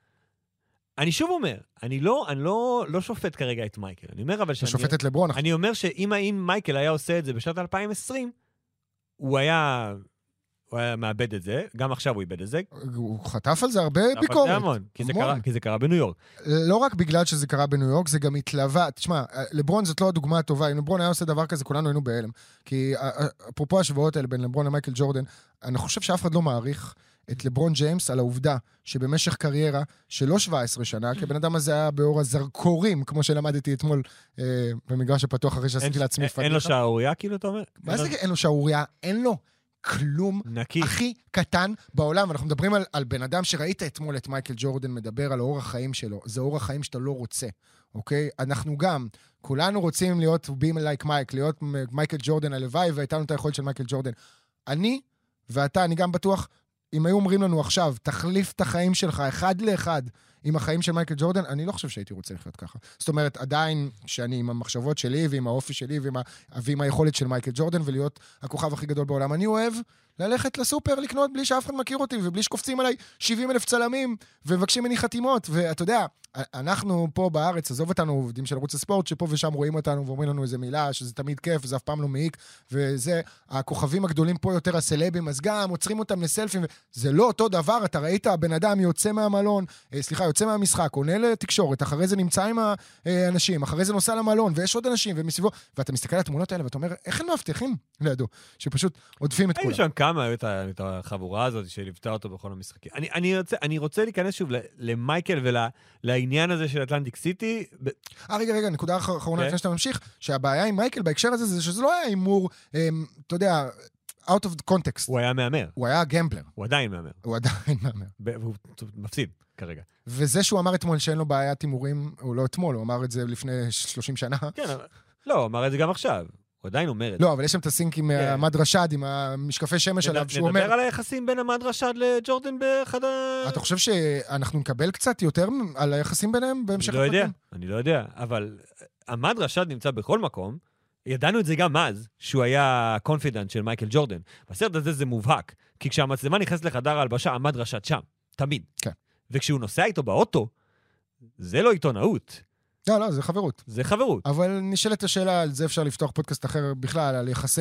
אני שוב אומר, אני לא שופט כרגע את מייקל. אני אומר, אבל אתה שופט את לברון. אני אומר שאם מייקל היה עושה את זה בשנת 2020, הוא היה מאבד את זה, גם עכשיו הוא איבד את זה. הוא חטף על זה הרבה ביקורת. המון, כי זה קרה בניו יורק. לא רק בגלל שזה קרה בניו יורק, זה גם התלווה. תשמע, לברון זאת לא הדוגמה הטובה. אם לברון היה עושה דבר כזה, כולנו היינו בהלם. כי אפרופו השוואות האלה בין לברון למייקל ג'ורדן, אני חושב שאף אחד לא מעריך את לברון ג'יימס על העובדה שבמשך קריירה שלא 17 שנה, כי הבן אדם הזה היה באור הזרקורים, כמו שלמדתי אתמול במגרש הפתוח אחרי שעשיתי לעצמי פדיחה. אין לו שערוריה, כאילו, אתה אומר? מה זה אין לו שערוריה? אין לו כלום נקי. הכי קטן בעולם. אנחנו מדברים על בן אדם שראית אתמול את מייקל ג'ורדן מדבר על אורח החיים שלו. זה אורח החיים שאתה לא רוצה, אוקיי? אנחנו גם, כולנו רוצים להיות being like Mike, להיות מייקל ג'ורדן הלוואי, והייתנו את היכולת של מייקל ג'ורדן. אני ואתה, אני גם בטוח, אם היו אומרים לנו עכשיו, תחליף את החיים שלך אחד לאחד עם החיים של מייקל ג'ורדן, אני לא חושב שהייתי רוצה לחיות ככה. זאת אומרת, עדיין שאני עם המחשבות שלי ועם האופי שלי ועם היכולת של מייקל ג'ורדן ולהיות הכוכב הכי גדול בעולם, אני אוהב ללכת לסופר לקנות בלי שאף אחד מכיר אותי ובלי שקופצים עליי 70,000 צלמים ומבקשים ממני חתימות. ואתה יודע, אנחנו פה בארץ, עזוב אותנו עובדים של ערוץ הספורט, שפה ושם רואים אותנו ואומרים לנו איזה מילה, שזה תמיד כיף, וזה אף פעם לא מעיק, וזה, הכוכבים הגדולים פה יותר הסלבים, אז גם עוצרים אותם לסלפים, זה לא אותו דבר, אתה ראית, הבן אדם יוצא מהמלון, יוצא מהמשחק, עונה לתקשורת, אחרי זה נמצא עם האנשים, אחרי זה נוסע למלון, ויש עוד אנשים, ומסביבו, ואתה מסתכל על התמונות האלה, ואתה אומר, איך הם מאבטחים לידו, שפשוט עודפים את כולם. היו שם כמה, את החבורה הזאת שליוותה אותו בכל המשחקים. אני רוצה להיכנס שוב למייקל ולעניין הזה של אטלנטיק סיטי. רגע, נקודה אחרונה לפני שאתה ממשיך, שהבעיה עם מייקל בהקשר הזה זה שזה לא היה אימור, אתה יודע, out of context. הוא היה מאמר. הוא היה גמבלר. הוא עדיין מאמר. הוא עדיין מאמר. והוא מפסיד כרגע. וזה שהוא אמר אתמול שאין לו בעיית אימורים, הוא לא אתמול, הוא אמר את זה לפני 30 שנה. כן, לא, הוא אמר את זה גם עכשיו. הוא עדיין אומר את זה. לא, אבל יש שם את הסינק עם עמד רשד, עם המשקפי שמש עליו, שהוא אומר... נדבר על היחסים בין עמד רשד לג'ורדן באחד אתה חושב שאנחנו נקבל קצת יותר על היחסים ביניהם בהמשך הפרקים? אני לא יודע, אבל עמד רשד נמצא בכל מקום, ידענו את זה גם אז, שהוא היה קונפידנט של מייקל ג'ורדן. בסרט הזה זה מובהק, כי כשהמצלמה נכנסת לחדר ההלבשה, עמד רשד שם, תמיד. כן. וכשהוא נוסע איתו באוטו, זה לא עיתונאות. לא, זה חברות. זה חברות. אבל נשאלת השאלה, על זה אפשר לפתוח פודקאסט אחר בכלל, על יחסי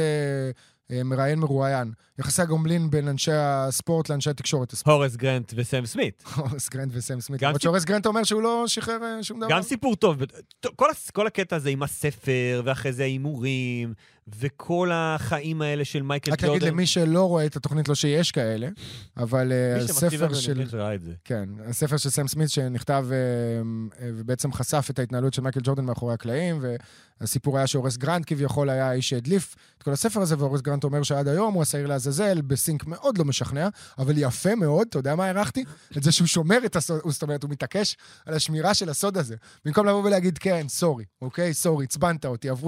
מראיין מרואיין, יחסי הגומלין בין אנשי הספורט לאנשי התקשורת הספורט. הורס גרנט וסם סמית. הורס גרנט וסם סמית. אבל שהורס גרנט אומר שהוא לא שחרר שום דבר. גם סיפור טוב. כל הקטע הזה עם הספר, ואחרי זה האימורים, וכל החיים האלה של מייקל ג'ורדן. רק אגיד למי שלא רואה את התוכנית, לא שיש כאלה, אבל הספר של... כן, הספר של סם סמית שנכתב ובעצם חשף את ההתנהלות של מייקל ג'ורדן מאחורי הקלעים, והסיפור היה שהורס גרנט כביכול היה האיש שהדליף את כל הספר הזה, והורס גרנט אומר שעד היום הוא השעיר לעזאזל, בסינק מאוד לא משכנע, אבל יפה מאוד, אתה יודע מה הערכתי? את זה שהוא שומר את הסוד, זאת אומרת, הוא מתעקש על השמירה של הסוד הזה. במקום לבוא ולהגיד, כן, סורי, אוקיי, סורי, צבנת אותי, עברו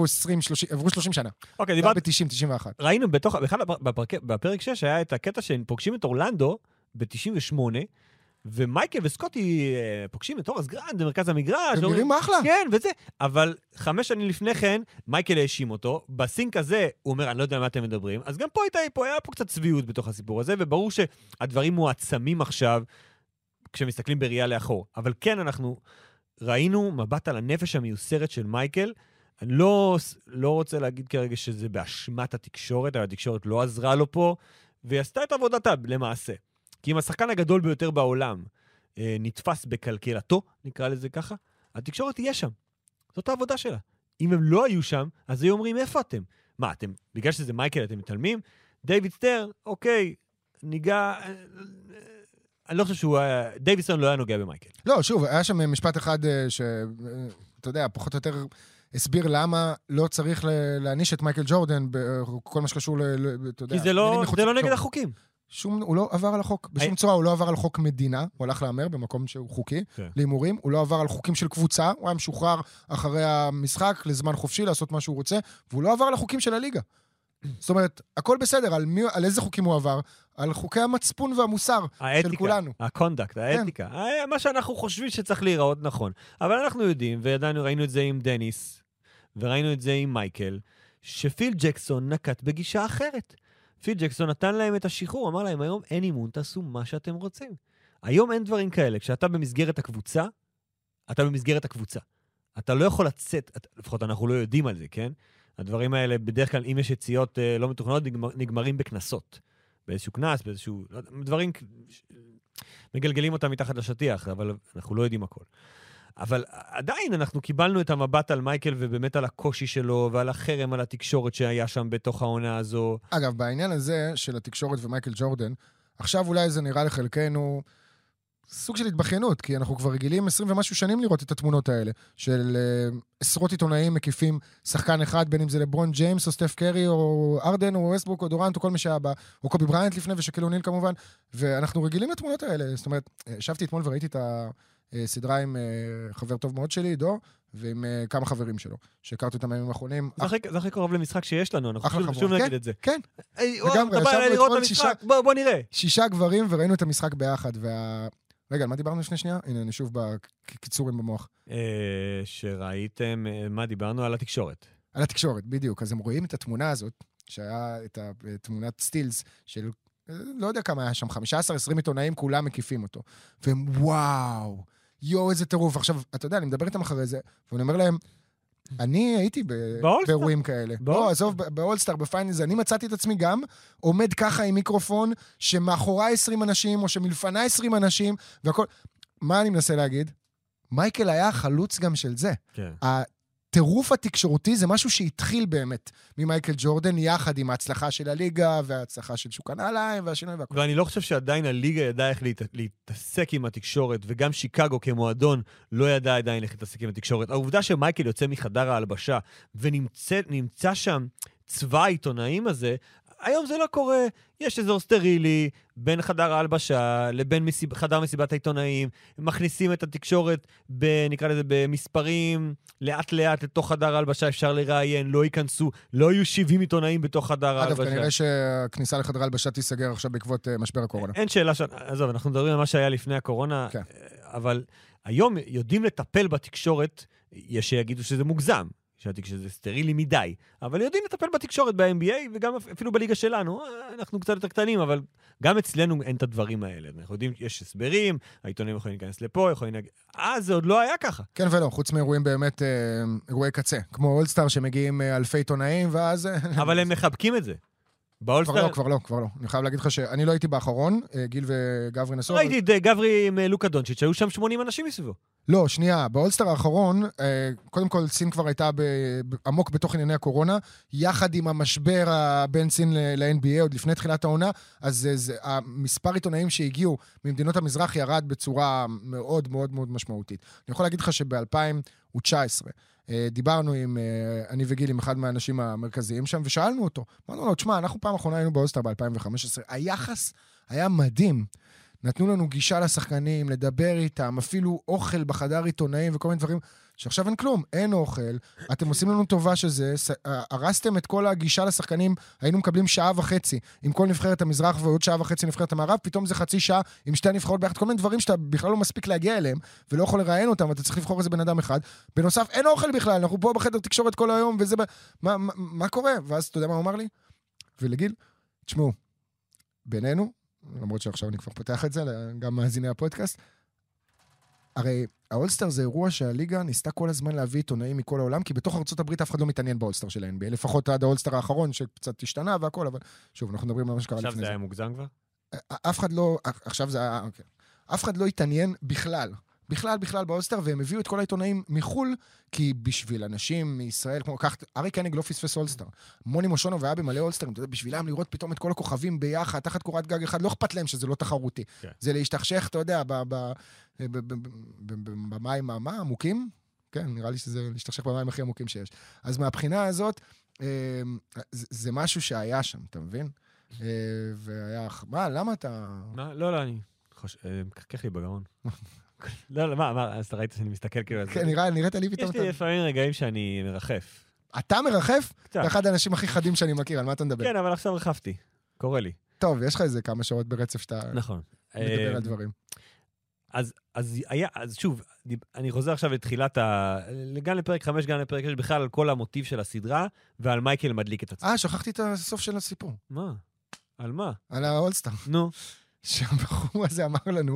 30 שנה. אוקיי, דיברת... ב-90-91. ראינו בפרק 6 היה את הקטע שהם פוגשים את אורלנדו ב-98, ומייקל וסקוטי פוגשים את הורס גרנט במרכז המגרש. הם נראים אחלה. כן, וזה. אבל 5 שנים לפני כן, מייקל האשים אותו. בסינק הזה, הוא אומר, אני לא יודע על מה אתם מדברים. אז גם פה היה פה קצת צביעות בתוך הסיפור הזה, וברור שהדברים מועצמים עכשיו, כשמסתכלים בראייה לאחור. אבל כן, אנחנו ראינו מבט על הנפש המיוסרת של מייקל. אני לא רוצה להגיד כרגע שזה באשמת התקשורת, אבל התקשורת לא עזרה לו פה, והיא עשתה את עבודתה למעשה. כי אם השחקן הגדול ביותר בעולם נתפס בקלקלתו, נקרא לזה ככה, התקשורת תהיה שם. זאת העבודה שלה. אם הם לא היו שם, אז היו אומרים, איפה אתם? מה, אתם, בגלל שזה מייקל, אתם מתעלמים? דיוויד סטרן, אוקיי, ניגע... אני לא חושב שהוא היה, דייביסון לא היה נוגע במייקל. לא, שוב, היה שם משפט אחד אתה יודע, פחות או יותר הסביר למה לא צריך להעניש את מייקל ג'ורדן בכל מה שקשור אתה יודע. כי זה לא נגד החוקים. הוא לא עבר על החוק, בשום צורה הוא לא עבר על חוק מדינה, הוא הלך לאמר במקום שהוא חוקי, להימורים, הוא לא עבר על חוקים של קבוצה, הוא היה משוחרר אחרי המשחק לזמן חופשי לעשות מה שהוא רוצה, והוא לא עבר על החוקים של הליגה. זאת אומרת, הכל בסדר, על איזה חוקים הוא עבר? על חוקי המצפון והמוסר של כולנו. הקונדקט, האתיקה. מה שאנחנו חושבים שצריך להיראות נכון. אבל אנחנו יודעים, ועדיין ראינו את זה עם דניס, וראינו את זה עם מייקל, שפיל ג'קסון נקט בגישה אחרת. פיל ג'קסון נתן להם את השחרור, אמר להם, היום אין אימון, תעשו מה שאתם רוצים. היום אין דברים כאלה. כשאתה במסגרת הקבוצה, אתה במסגרת הקבוצה. אתה לא יכול לצאת, לפחות אנחנו לא יודעים על זה, כן? הדברים האלה, בדרך כלל, אם יש יציאות לא מתוכננות, נגמרים בכנסות. באיזשהו כנס, באיזשהו... דברים... מגלגלים אותם מתחת לשטיח, אבל אנחנו לא יודעים הכל. אבל עדיין אנחנו קיבלנו את המבט על מייקל, ובאמת על הקושי שלו, ועל החרם על התקשורת שהיה שם בתוך העונה הזו. אגב, בעניין הזה של התקשורת ומייקל ג'ורדן, עכשיו אולי זה נראה לחלקנו סוג של התבחיינות, כי אנחנו כבר רגילים 20 ומשהו שנים לראות את התמונות האלה, של עשרות עיתונאים מקיפים שחקן אחד, בין אם זה לברון ג'יימס, או סטף קרי, או ארדן, או ווסטברוק, או דורנט, או כל מי שהיה בה, או קובי בריינט לפני, ושקיל אוניל כמובן, ואנחנו רגילים לתמונות האלה. זאת אומרת, ישבתי אתמול וראיתי את הסדרה עם חבר טוב מאוד שלי, דו, ועם כמה חברים שלו, שהכרתי אותם הימים האחרונים. זה הכי קרוב למשחק שיש לנו, אנחנו שוב נגיד את זה. כן, לגמרי, בוא נראה. 6 גברים וראינו את המשחק ביחד, רגע, על מה דיברנו לפני שנייה? הנה, אני שוב בקיצורים במוח. שראיתם, מה דיברנו? על התקשורת. על התקשורת, בדיוק. אז הם רואים את התמונה הזאת, שהיה את התמונת סטילס של, לא יודע כמה היה שם, 15-20 עיתונאים, כולם מקיפים אותו. והם, וואו, יו, איזה טירוף. עכשיו, אתה יודע, אני מדבר איתם אחרי זה, ואני אומר להם, אני הייתי באירועים כאלה. לא, עזוב, באולסטאר, בפיינלס, אני מצאתי את עצמי גם, עומד ככה עם מיקרופון, שמאחורי 20 אנשים, או שמלפני 20 אנשים, והכל. מה אני מנסה להגיד? מייקל היה חלוץ גם של זה. כן. הטירוף התקשורתי זה משהו שהתחיל באמת ממייקל ג'ורדן, יחד עם ההצלחה של הליגה, וההצלחה של שוק הנעליים, והשינוי והכל. ואני לא חושב שעדיין הליגה ידעה איך להתעסק עם התקשורת, וגם שיקגו כמועדון לא ידעה עדיין איך להתעסק עם התקשורת. העובדה שמייקל יוצא מחדר ההלבשה, ונמצא שם צבא העיתונאים הזה, היום זה לא קורה. יש אזור סטרילי בין חדר ההלבשה לבין חדר מסיבת העיתונאים, מכניסים את התקשורת, נקרא לזה, במספרים, לאט לאט לתוך חדר ההלבשה, אפשר לראיין, לא ייכנסו, לא יהיו 70 עיתונאים בתוך חדר ההלבשה. אגב, כנראה שהכניסה לחדר ההלבשה תיסגר עכשיו בעקבות משבר הקורונה. אין שאלה, עזוב, אנחנו מדברים על מה שהיה לפני הקורונה, כן. אבל היום יודעים לטפל בתקשורת, יש שיגידו שזה מוגזם. שזה סטרילי מדי, אבל יודעים לטפל בתקשורת ב-NBA, וגם אפילו בליגה שלנו, אנחנו קצת יותר קטנים, אבל גם אצלנו אין את הדברים האלה. אנחנו יודעים, יש הסברים, העיתונים יכולים להיכנס לפה, זה עוד לא היה ככה. כן ולא, חוץ מאירועים באמת, אירועי קצה, כמו אולסטאר שמגיעים אלפי עיתונאים, ואז... אבל הם מחבקים את זה. כבר לא. אני חייב להגיד לך שאני לא הייתי באחרון, גיל וגברי נסו. ראיתי את גברי עם לוקה דונצ'יץ', שהיו שם 80 אנשים מסביבו. לא, שנייה, באולסטאר האחרון, קודם כל סין כבר הייתה עמוק בתוך ענייני הקורונה, יחד עם המשבר בין סין ל-NBA, עוד לפני תחילת העונה, אז המספר עיתונאים שהגיעו ממדינות המזרח ירד בצורה מאוד מאוד מאוד משמעותית. אני יכול להגיד לך שב-2019, דיברנו עם, אני וגיל, עם אחד מהאנשים המרכזיים שם, ושאלנו אותו, אמרנו לו, תשמע, אנחנו פעם אחרונה היינו באולסטאר ב-2015, היחס היה מדהים, נתנו לנו גישה לשחקנים, לדבר איתם, אפילו אוכל בחדר עיתונאים וכל מיני דברים, שעכשיו אין כלום, אין אוכל, אתם עושים לנו טובה שזה, הרסתם את כל הגישה לשחקנים, היינו מקבלים 1.5 שעה עם כל נבחרת המזרח ועוד 1.5 שעה נבחרת המערב, פתאום זה חצי שעה עם 2 נבחרות ביחד, כל מיני דברים שאתה בכלל לא מספיק להגיע אליהם, ולא יכול לראיין אותם, ואתה צריך לבחור איזה בן אדם אחד. בנוסף, אין אוכל בכלל, אנחנו פה בחדר תקשורת כל היום, וזה מה קורה? ואז אתה יודע מה הוא אמר לי? ולגיל, תשמעו, בינינו, למרות שעכשיו אני כבר פותח את זה, גם מאזיני הפודקאסט, הרי האולסטאר זה אירוע שהליגה ניסתה כל הזמן להביא עיתונאים מכל העולם, כי בתוך ארצות הברית אף אחד לא מתעניין באולסטאר של ה-NBA, לפחות עד האולסטאר האחרון שקצת השתנה והכל, אבל שוב, אנחנו מדברים על מה שקרה לפני זה. עכשיו זה היה מוגזם כבר? אף אחד לא, עכשיו זה היה, אוקיי. אף אחד לא התעניין בכלל בכלל באולסטר, והם הביאו את כל העיתונאים מחול, כי בשביל אנשים מישראל, כמו כך, ארי קניג לא פספס אולסטר. מוני מושונוב היה במלא אולסטרים, אתה יודע, בשבילם לראות פתאום את כל הכוכבים ביחד, תחת קורת גג אחד, לא אכפת להם שזה לא תחרותי. זה להשתכשך, אתה יודע, במים עמוקים? כן, נראה לי שזה להשתכשך במים הכי עמוקים שיש. אז מהבחינה הזאת, זה משהו שהיה שם, אתה מבין? והיה, מה, למה אתה... לא, אני מקחקח לי בגרון. לא, מה, אז אתה ראית שאני מסתכל כאילו... כן, נראית לי פתאום... יש לי לפעמים רגעים שאני מרחף. אתה מרחף? קצת. אתה אחד האנשים הכי חדים שאני מכיר, על מה אתה מדבר? כן, אבל עכשיו רחפתי. קורה לי. טוב, יש לך איזה כמה שעות ברצף שאתה... נכון. מדבר על דברים. אז שוב, אני חוזר עכשיו לתחילת גם לפרק 5, גם לפרק 6, בכלל על כל המוטיב של הסדרה, ועל מייקל מדליק את עצמו. שכחתי את הסוף של הסיפור. מה? על מה? על האולסטאר. נו. שהבחור הזה אמר לנו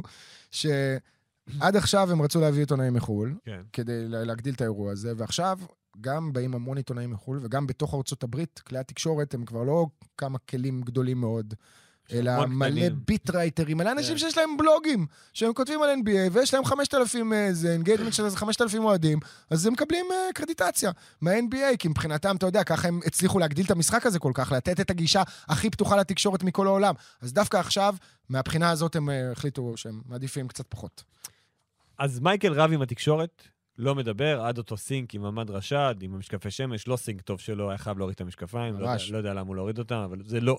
שעד עכשיו הם רצו להביא עיתונאים מחול, כדי להגדיל את האירוע הזה, ועכשיו גם באים המון עיתונאים מחול, וגם בתוך ארצות הברית, כלי התקשורת הם כבר לא כמה כלים גדולים מאוד, אלא מלא ביט-רייטרים, מלא אנשים שיש להם בלוגים, שהם כותבים על NBA, ויש להם 5,000 אינגייג'מנט של 5,000 אוהדים, אז הם מקבלים קרדיטציה מה-NBA, כי מבחינתם, אתה יודע, ככה הם הצליחו להגדיל את המשחק הזה כל כך, לתת את הגישה הכי פתוחה לתקשורת מכל העולם. אז דווקא עכשיו, מהבחינה הזאת הם החליטו שהם מעדיפים קצת פחות. אז מייקל רב עם התקשורת, לא מדבר, עד אותו סינק עם עמד רשד, עם המשקפי שמש, לא סינק טוב שלו, היה חייב להוריד את המשקפיים, לא יודע למה הוא להוריד אותם, אבל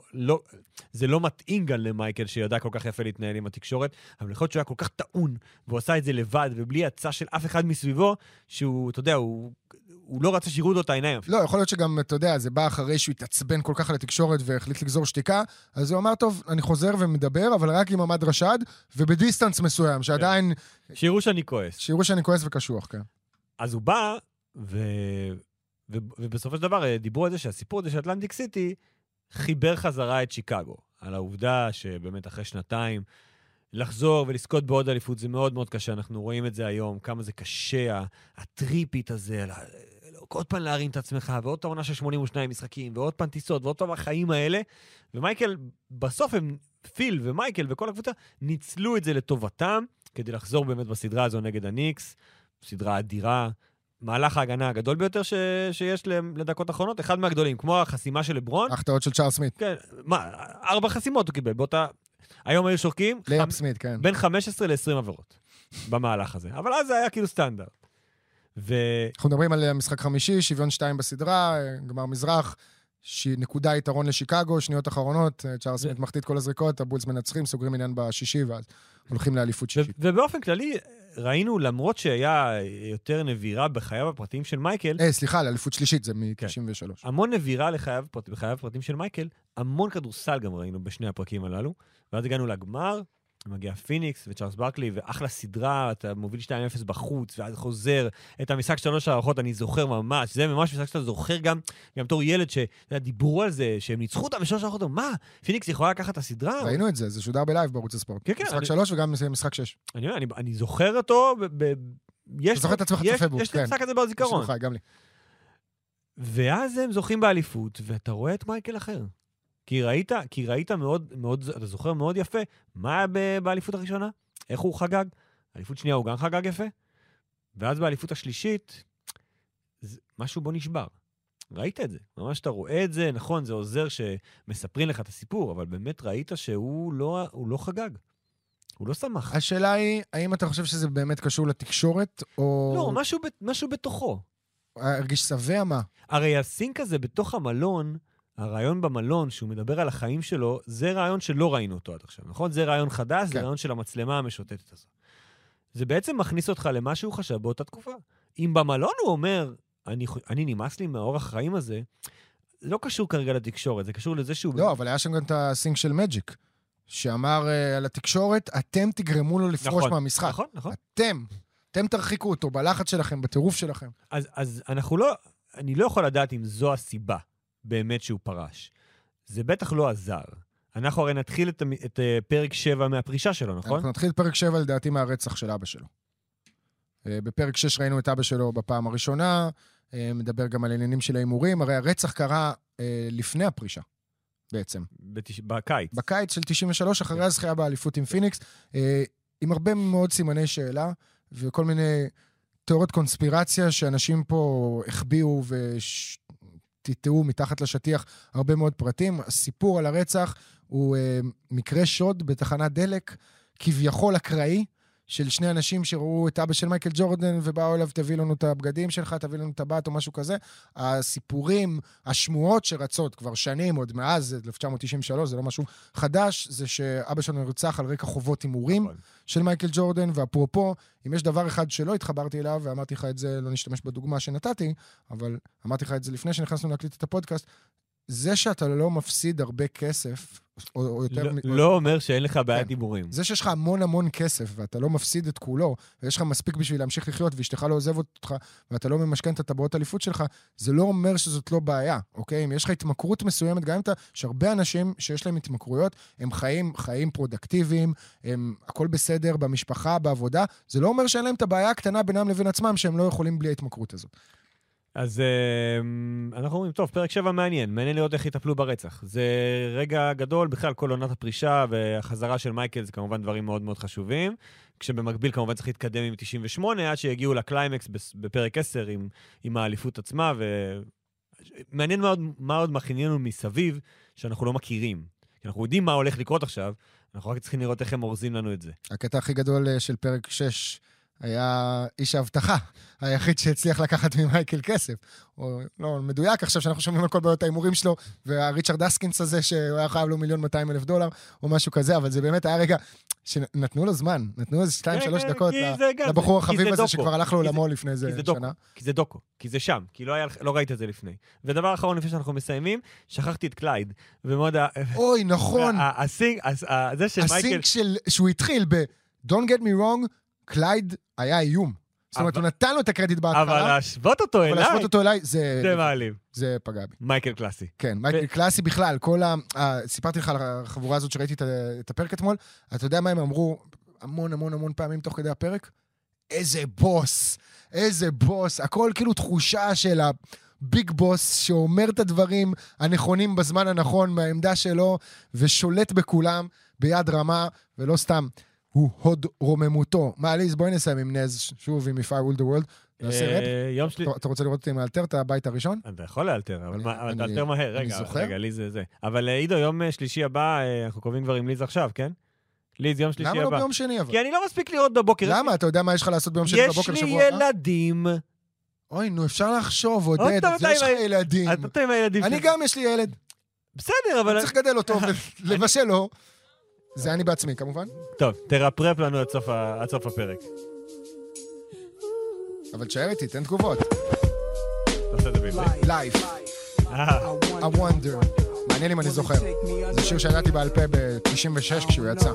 זה לא מתאים גם למייקל שידע כל כך יפה להתנהל עם התקשורת, אבל יכול להיות שהוא היה כל כך טעון, והוא עשה את זה לבד, ובלי הצעה של אף אחד מסביבו, שהוא, אתה יודע, הוא לא רצה שיראו לו את העיניים. לא, יכול להיות שגם, אתה יודע, זה בא אחרי שהוא התעצבן כל כך על התקשורת והחליט לגזור שתיקה, אז הוא אמר, טוב, אני חוזר ומדבר, אבל רק עם עמד רשד, ובדיסטנס מסוים, שעדיין... שיראו שאני כועס. שיראו שאני כועס וקשוח, כן. אז הוא בא, ובסופו של דבר דיברו על זה שהסיפור הזה של אטלנטיק סיטי חיבר חזרה את שיקגו, על העובדה שבאמת אחרי שנתיים לחזור ולזכות בעוד אליפות זה מאוד מאוד קשה, אנחנו רואים את זה היום, כמה זה קשה, הטריפית הזה, עוד פעם להרים את עצמך, ועוד פעם עונה של 82 משחקים, ועוד פעם טיסות, ועוד פעם החיים האלה, ומייקל, בסוף הם, פיל ומייקל וכל הקבוצה, ניצלו את זה לטובתם, כדי לחזור באמת בסדרה הזו נגד הניקס, סדרה אדירה, מהלך ההגנה הגדול ביותר שיש לדקות האחרונות, אחד מהגדולים, כמו החסימה של לברון. החטאות של צ'ארלס סמית. כן, 4 חסימות הוא קיבל, באותה... היום היו שורקים... ליאפ סמית, כן. בין 15 ל-20 עבירות במהלך הזה. אבל אז זה היה כאילו סטנדרט. אנחנו מדברים על משחק חמישי, שוויון 2 בסדרה, גמר מזרח, נקודה יתרון לשיקגו, שניות אחרונות, צ'ארלס סמית מחטיא כל הזריקות, הבולס מנצחים, סוגרים עניין בשישי, ואז הולכים לאליפות שישית. ובאופן כללי, ראינו, למרות שהיה יותר נבירה בחייו הפרטיים של מייקל... סליחה, לאליפות שלישית, זה מ-93. המון נבירה בחייו הפרטיים של מייקל, המון כדורסל גם ראינו בשני הפרקים הללו, ואז הגענו לגמר, מגיע פיניקס וצ'ארלס ברקלי, ואחלה סדרה, אתה מוביל 2-0 בחוץ, ואז חוזר את המשחק 3 הערכות, אני זוכר ממש, זה ממש משחק שאתה זוכר גם תור ילד שדיברו על זה, שהם ניצחו אותם ב3 הערכות, מה? פיניקס יכולה לקחת את הסדרה? ראינו את זה, זה שודר בלייב בערוץ הספורט. כן, משחק 3 וגם משחק 6. אני זוכר אותו, אתה זוכר את עצמך צופה בו, יש לי משחק הזה בזיכרון. גם לי. ואז הם זוכים באליפות, ואתה רואה את מייקל אחר. כי ראית מאוד, אתה זוכר מאוד יפה, מה היה באליפות הראשונה? איך הוא חגג? באליפות שנייה הוא גם חגג יפה? ואז באליפות השלישית, משהו בו נשבר. ראית את זה, ממש אתה רואה את זה, נכון, זה עוזר שמספרים לך את הסיפור, אבל באמת ראית שהוא לא חגג. הוא לא שמח. השאלה היא, האם אתה חושב שזה באמת קשור לתקשורת, או... לא, משהו בתוכו. הרגיש שבע מה? הרי הסינק הזה בתוך המלון, הרעיון במלון, שהוא מדבר על החיים שלו, זה רעיון שלא ראינו אותו עד עכשיו, נכון? זה רעיון חדש, זה רעיון של המצלמה המשוטטת הזו. זה בעצם מכניס אותך למה שהוא חשב באותה תקופה. אם במלון הוא אומר, אני נמאס לי מהאורח חיים הזה, זה לא קשור כרגע לתקשורת, זה קשור לזה שהוא... לא, אבל היה שם גם את הסינק של מג'יק, שאמר על התקשורת, אתם תגרמו לו לפרוש מהמשחק. נכון. אתם תרחיקו אותו בלחץ שלכם, בטירוף שלכם. אז אני לא יכול לדעת אם זו הסיבה. באמת שהוא פרש. זה בטח לא עזר. אנחנו הרי נתחיל את פרק 7 מהפרישה שלו, נכון? אנחנו נתחיל את פרק 7 לדעתי מהרצח של אבא שלו. בפרק 6 ראינו את אבא שלו בפעם הראשונה, מדבר גם על עניינים של האימורים, הרי הרצח קרה לפני הפרישה, בעצם. בקיץ. בקיץ של 93, אחרי הזכייה באליפות עם פיניקס, עם הרבה מאוד סימני שאלה, וכל מיני תיאוריות קונספירציה שאנשים פה החביאו ותיטעו מתחת לשטיח הרבה מאוד פרטים. הסיפור על הרצח הוא מקרה שוד בתחנת דלק, כביכול אקראי, של שני אנשים שראו את אבא של מייקל ג'ורדן ובאו אליו, תביא לנו את הבגדים שלך, תביא לנו את הבת או משהו כזה. הסיפורים, השמועות שרצות כבר שנים, עוד מאז 1993, זה לא משהו חדש, זה שאבא שלנו נרצח על רקע חובות הימורים של מייקל ג'ורדן, ואפרופו, אם יש דבר אחד שלא התחברתי אליו, ואמרתי לך את זה, לא נשתמש בדוגמה שנתתי, אבל אמרתי לך את זה לפני שנכנסנו להקליט את הפודקאסט, זה שאתה לא מפסיד הרבה כסף, או יותר... לא אומר שאין לך בעיית הימורים. זה שיש לך המון כסף, ואתה לא מפסיד את כולו, ויש לך מספיק בשביל להמשיך לחיות, ואשתך לא עוזב אותך, ואתה לא ממשכן את הטבעות אליפות שלך, זה לא אומר שזאת לא בעיה, אוקיי? אם יש לך התמכרות מסוימת, גם אם יש הרבה אנשים שיש להם התמכרויות, הם חיים פרודקטיביים, הכל בסדר במשפחה, בעבודה, זה לא אומר שאין להם את הבעיה הקטנה בינם לבין עצמם, שהם לא יכולים בלי ההתמכרות הזאת. אז אנחנו אומרים, טוב, פרק 7 מעניין לראות איך יטפלו ברצח. זה רגע גדול, בכלל כל עונת הפרישה והחזרה של מייקל זה כמובן דברים מאוד מאוד חשובים, כשבמקביל כמובן צריך להתקדם עם 98, עד שיגיעו לקליימקס בפרק 10 עם האליפות עצמה, ומעניין מה עוד מכינינו מסביב שאנחנו לא מכירים. כי אנחנו יודעים מה הולך לקרות עכשיו, אנחנו רק צריכים לראות איך הם אורזים לנו את זה. הקטע הכי גדול של פרק 6, היה איש ההבטחה, היחיד שהצליח לקחת ממייקל כסף. או לא, מדויק עכשיו שאנחנו שומעים על כל בעיות האימורים שלו, והריצ'רד דסקינס הזה שהוא היה חייב לו $1,200,000 או משהו כזה, אבל זה באמת היה רגע שנתנו לו זמן, נתנו איזה 2-3 דקות לבחור החביב הזה שכבר הלך לעולמו לפני איזה שנה. כי זה דוקו, כי זה שם, כי לא ראית את זה לפני. ודבר אחרון לפני שאנחנו מסיימים, שכחתי את קלייד, ומאוד... אוי, נכון. הסינק שהוא התחיל ב-Don't get me wrong, קלייד היה איום. זאת אומרת, הוא נתן לו את הקרדיט בהתחלה. אבל להשוות אותו אליי, זה מעליב. זה פגע בי. מייקל קלאסי. כן, מייקל קלאסי בכלל. סיפרתי לך על החבורה הזאת שראיתי את הפרק אתמול. אתה יודע מה הם אמרו המון פעמים תוך כדי הפרק? איזה בוס. הכל כאילו תחושה של הביג בוס שאומר את הדברים הנכונים בזמן הנכון, מהעמדה שלו, ושולט בכולם ביד רמה, ולא סתם. הוא הוד רוממותו. מה, ליז, בואי נסיים עם נז, שוב, עם If I Ruled the World. נעשה רפ? אתה רוצה לראות אותי מאלתר את הבית הראשון? אתה יכול לאלתר, אבל תאלתר מהר. רגע, ליז זה. אבל עידו, יום שלישי הבא, אנחנו קובעים כבר עם ליז עכשיו, כן? ליז, יום שלישי הבא. למה לא ביום שני אבל? כי אני לא מספיק לראות בבוקר. למה? אתה יודע מה יש לך לעשות ביום שני בבוקר שבוע? יש לי ילדים. אוי, נו, אפשר לחשוב, עודד, יש לך ילדים. אני גם יש לי ילד. בסדר, אבל... צריך לגדל אותו ולבשל לו. זה אני בעצמי, כמובן. טוב, תרפרפ לנו עד סוף הפרק. אבל תשאר איתי, תן תגובות. תעשה את זה בעברית. Life. I wonder. מעניין אם אני זוכר. זה שיר שידעתי בעל פה ב-96 כשהוא יצא.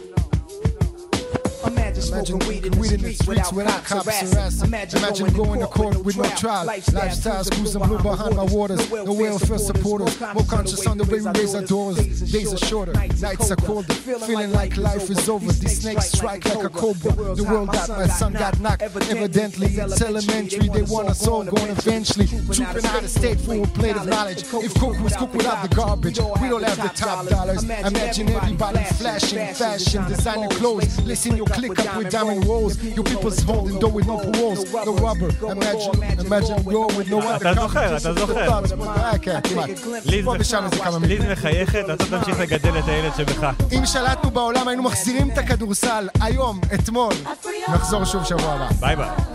Imagine weed in the streets without cops arrest. Imagine going to court with no trial. Lifestyles cruising blue behind my waters. No welfare supporters. More conscious on the way we raise our doors. Days are shorter, nights are colder. Feeling like life is over. These snakes strike like a cobra. The world got my son got knocked. Evidently it's elementary. They want us all going eventually. Trooping out of state for a plate of knowledge. If cook was cooked without the garbage, we don't have the top dollars. Imagine everybody flashing, fashion, designer clothes. Listen, your click up with diamond rolls. Your people's holding door with no paroles. No rubber. Imagine roll with no other אתה זוכר. כן, כמעט. ליז מחייכת, אתה תמשיך לגדל את הילד שבך. אם שלטנו בעולם היינו מחזירים את הכדורסל היום, אתמול. נחזור שוב שבוע הבא. ביי ביי.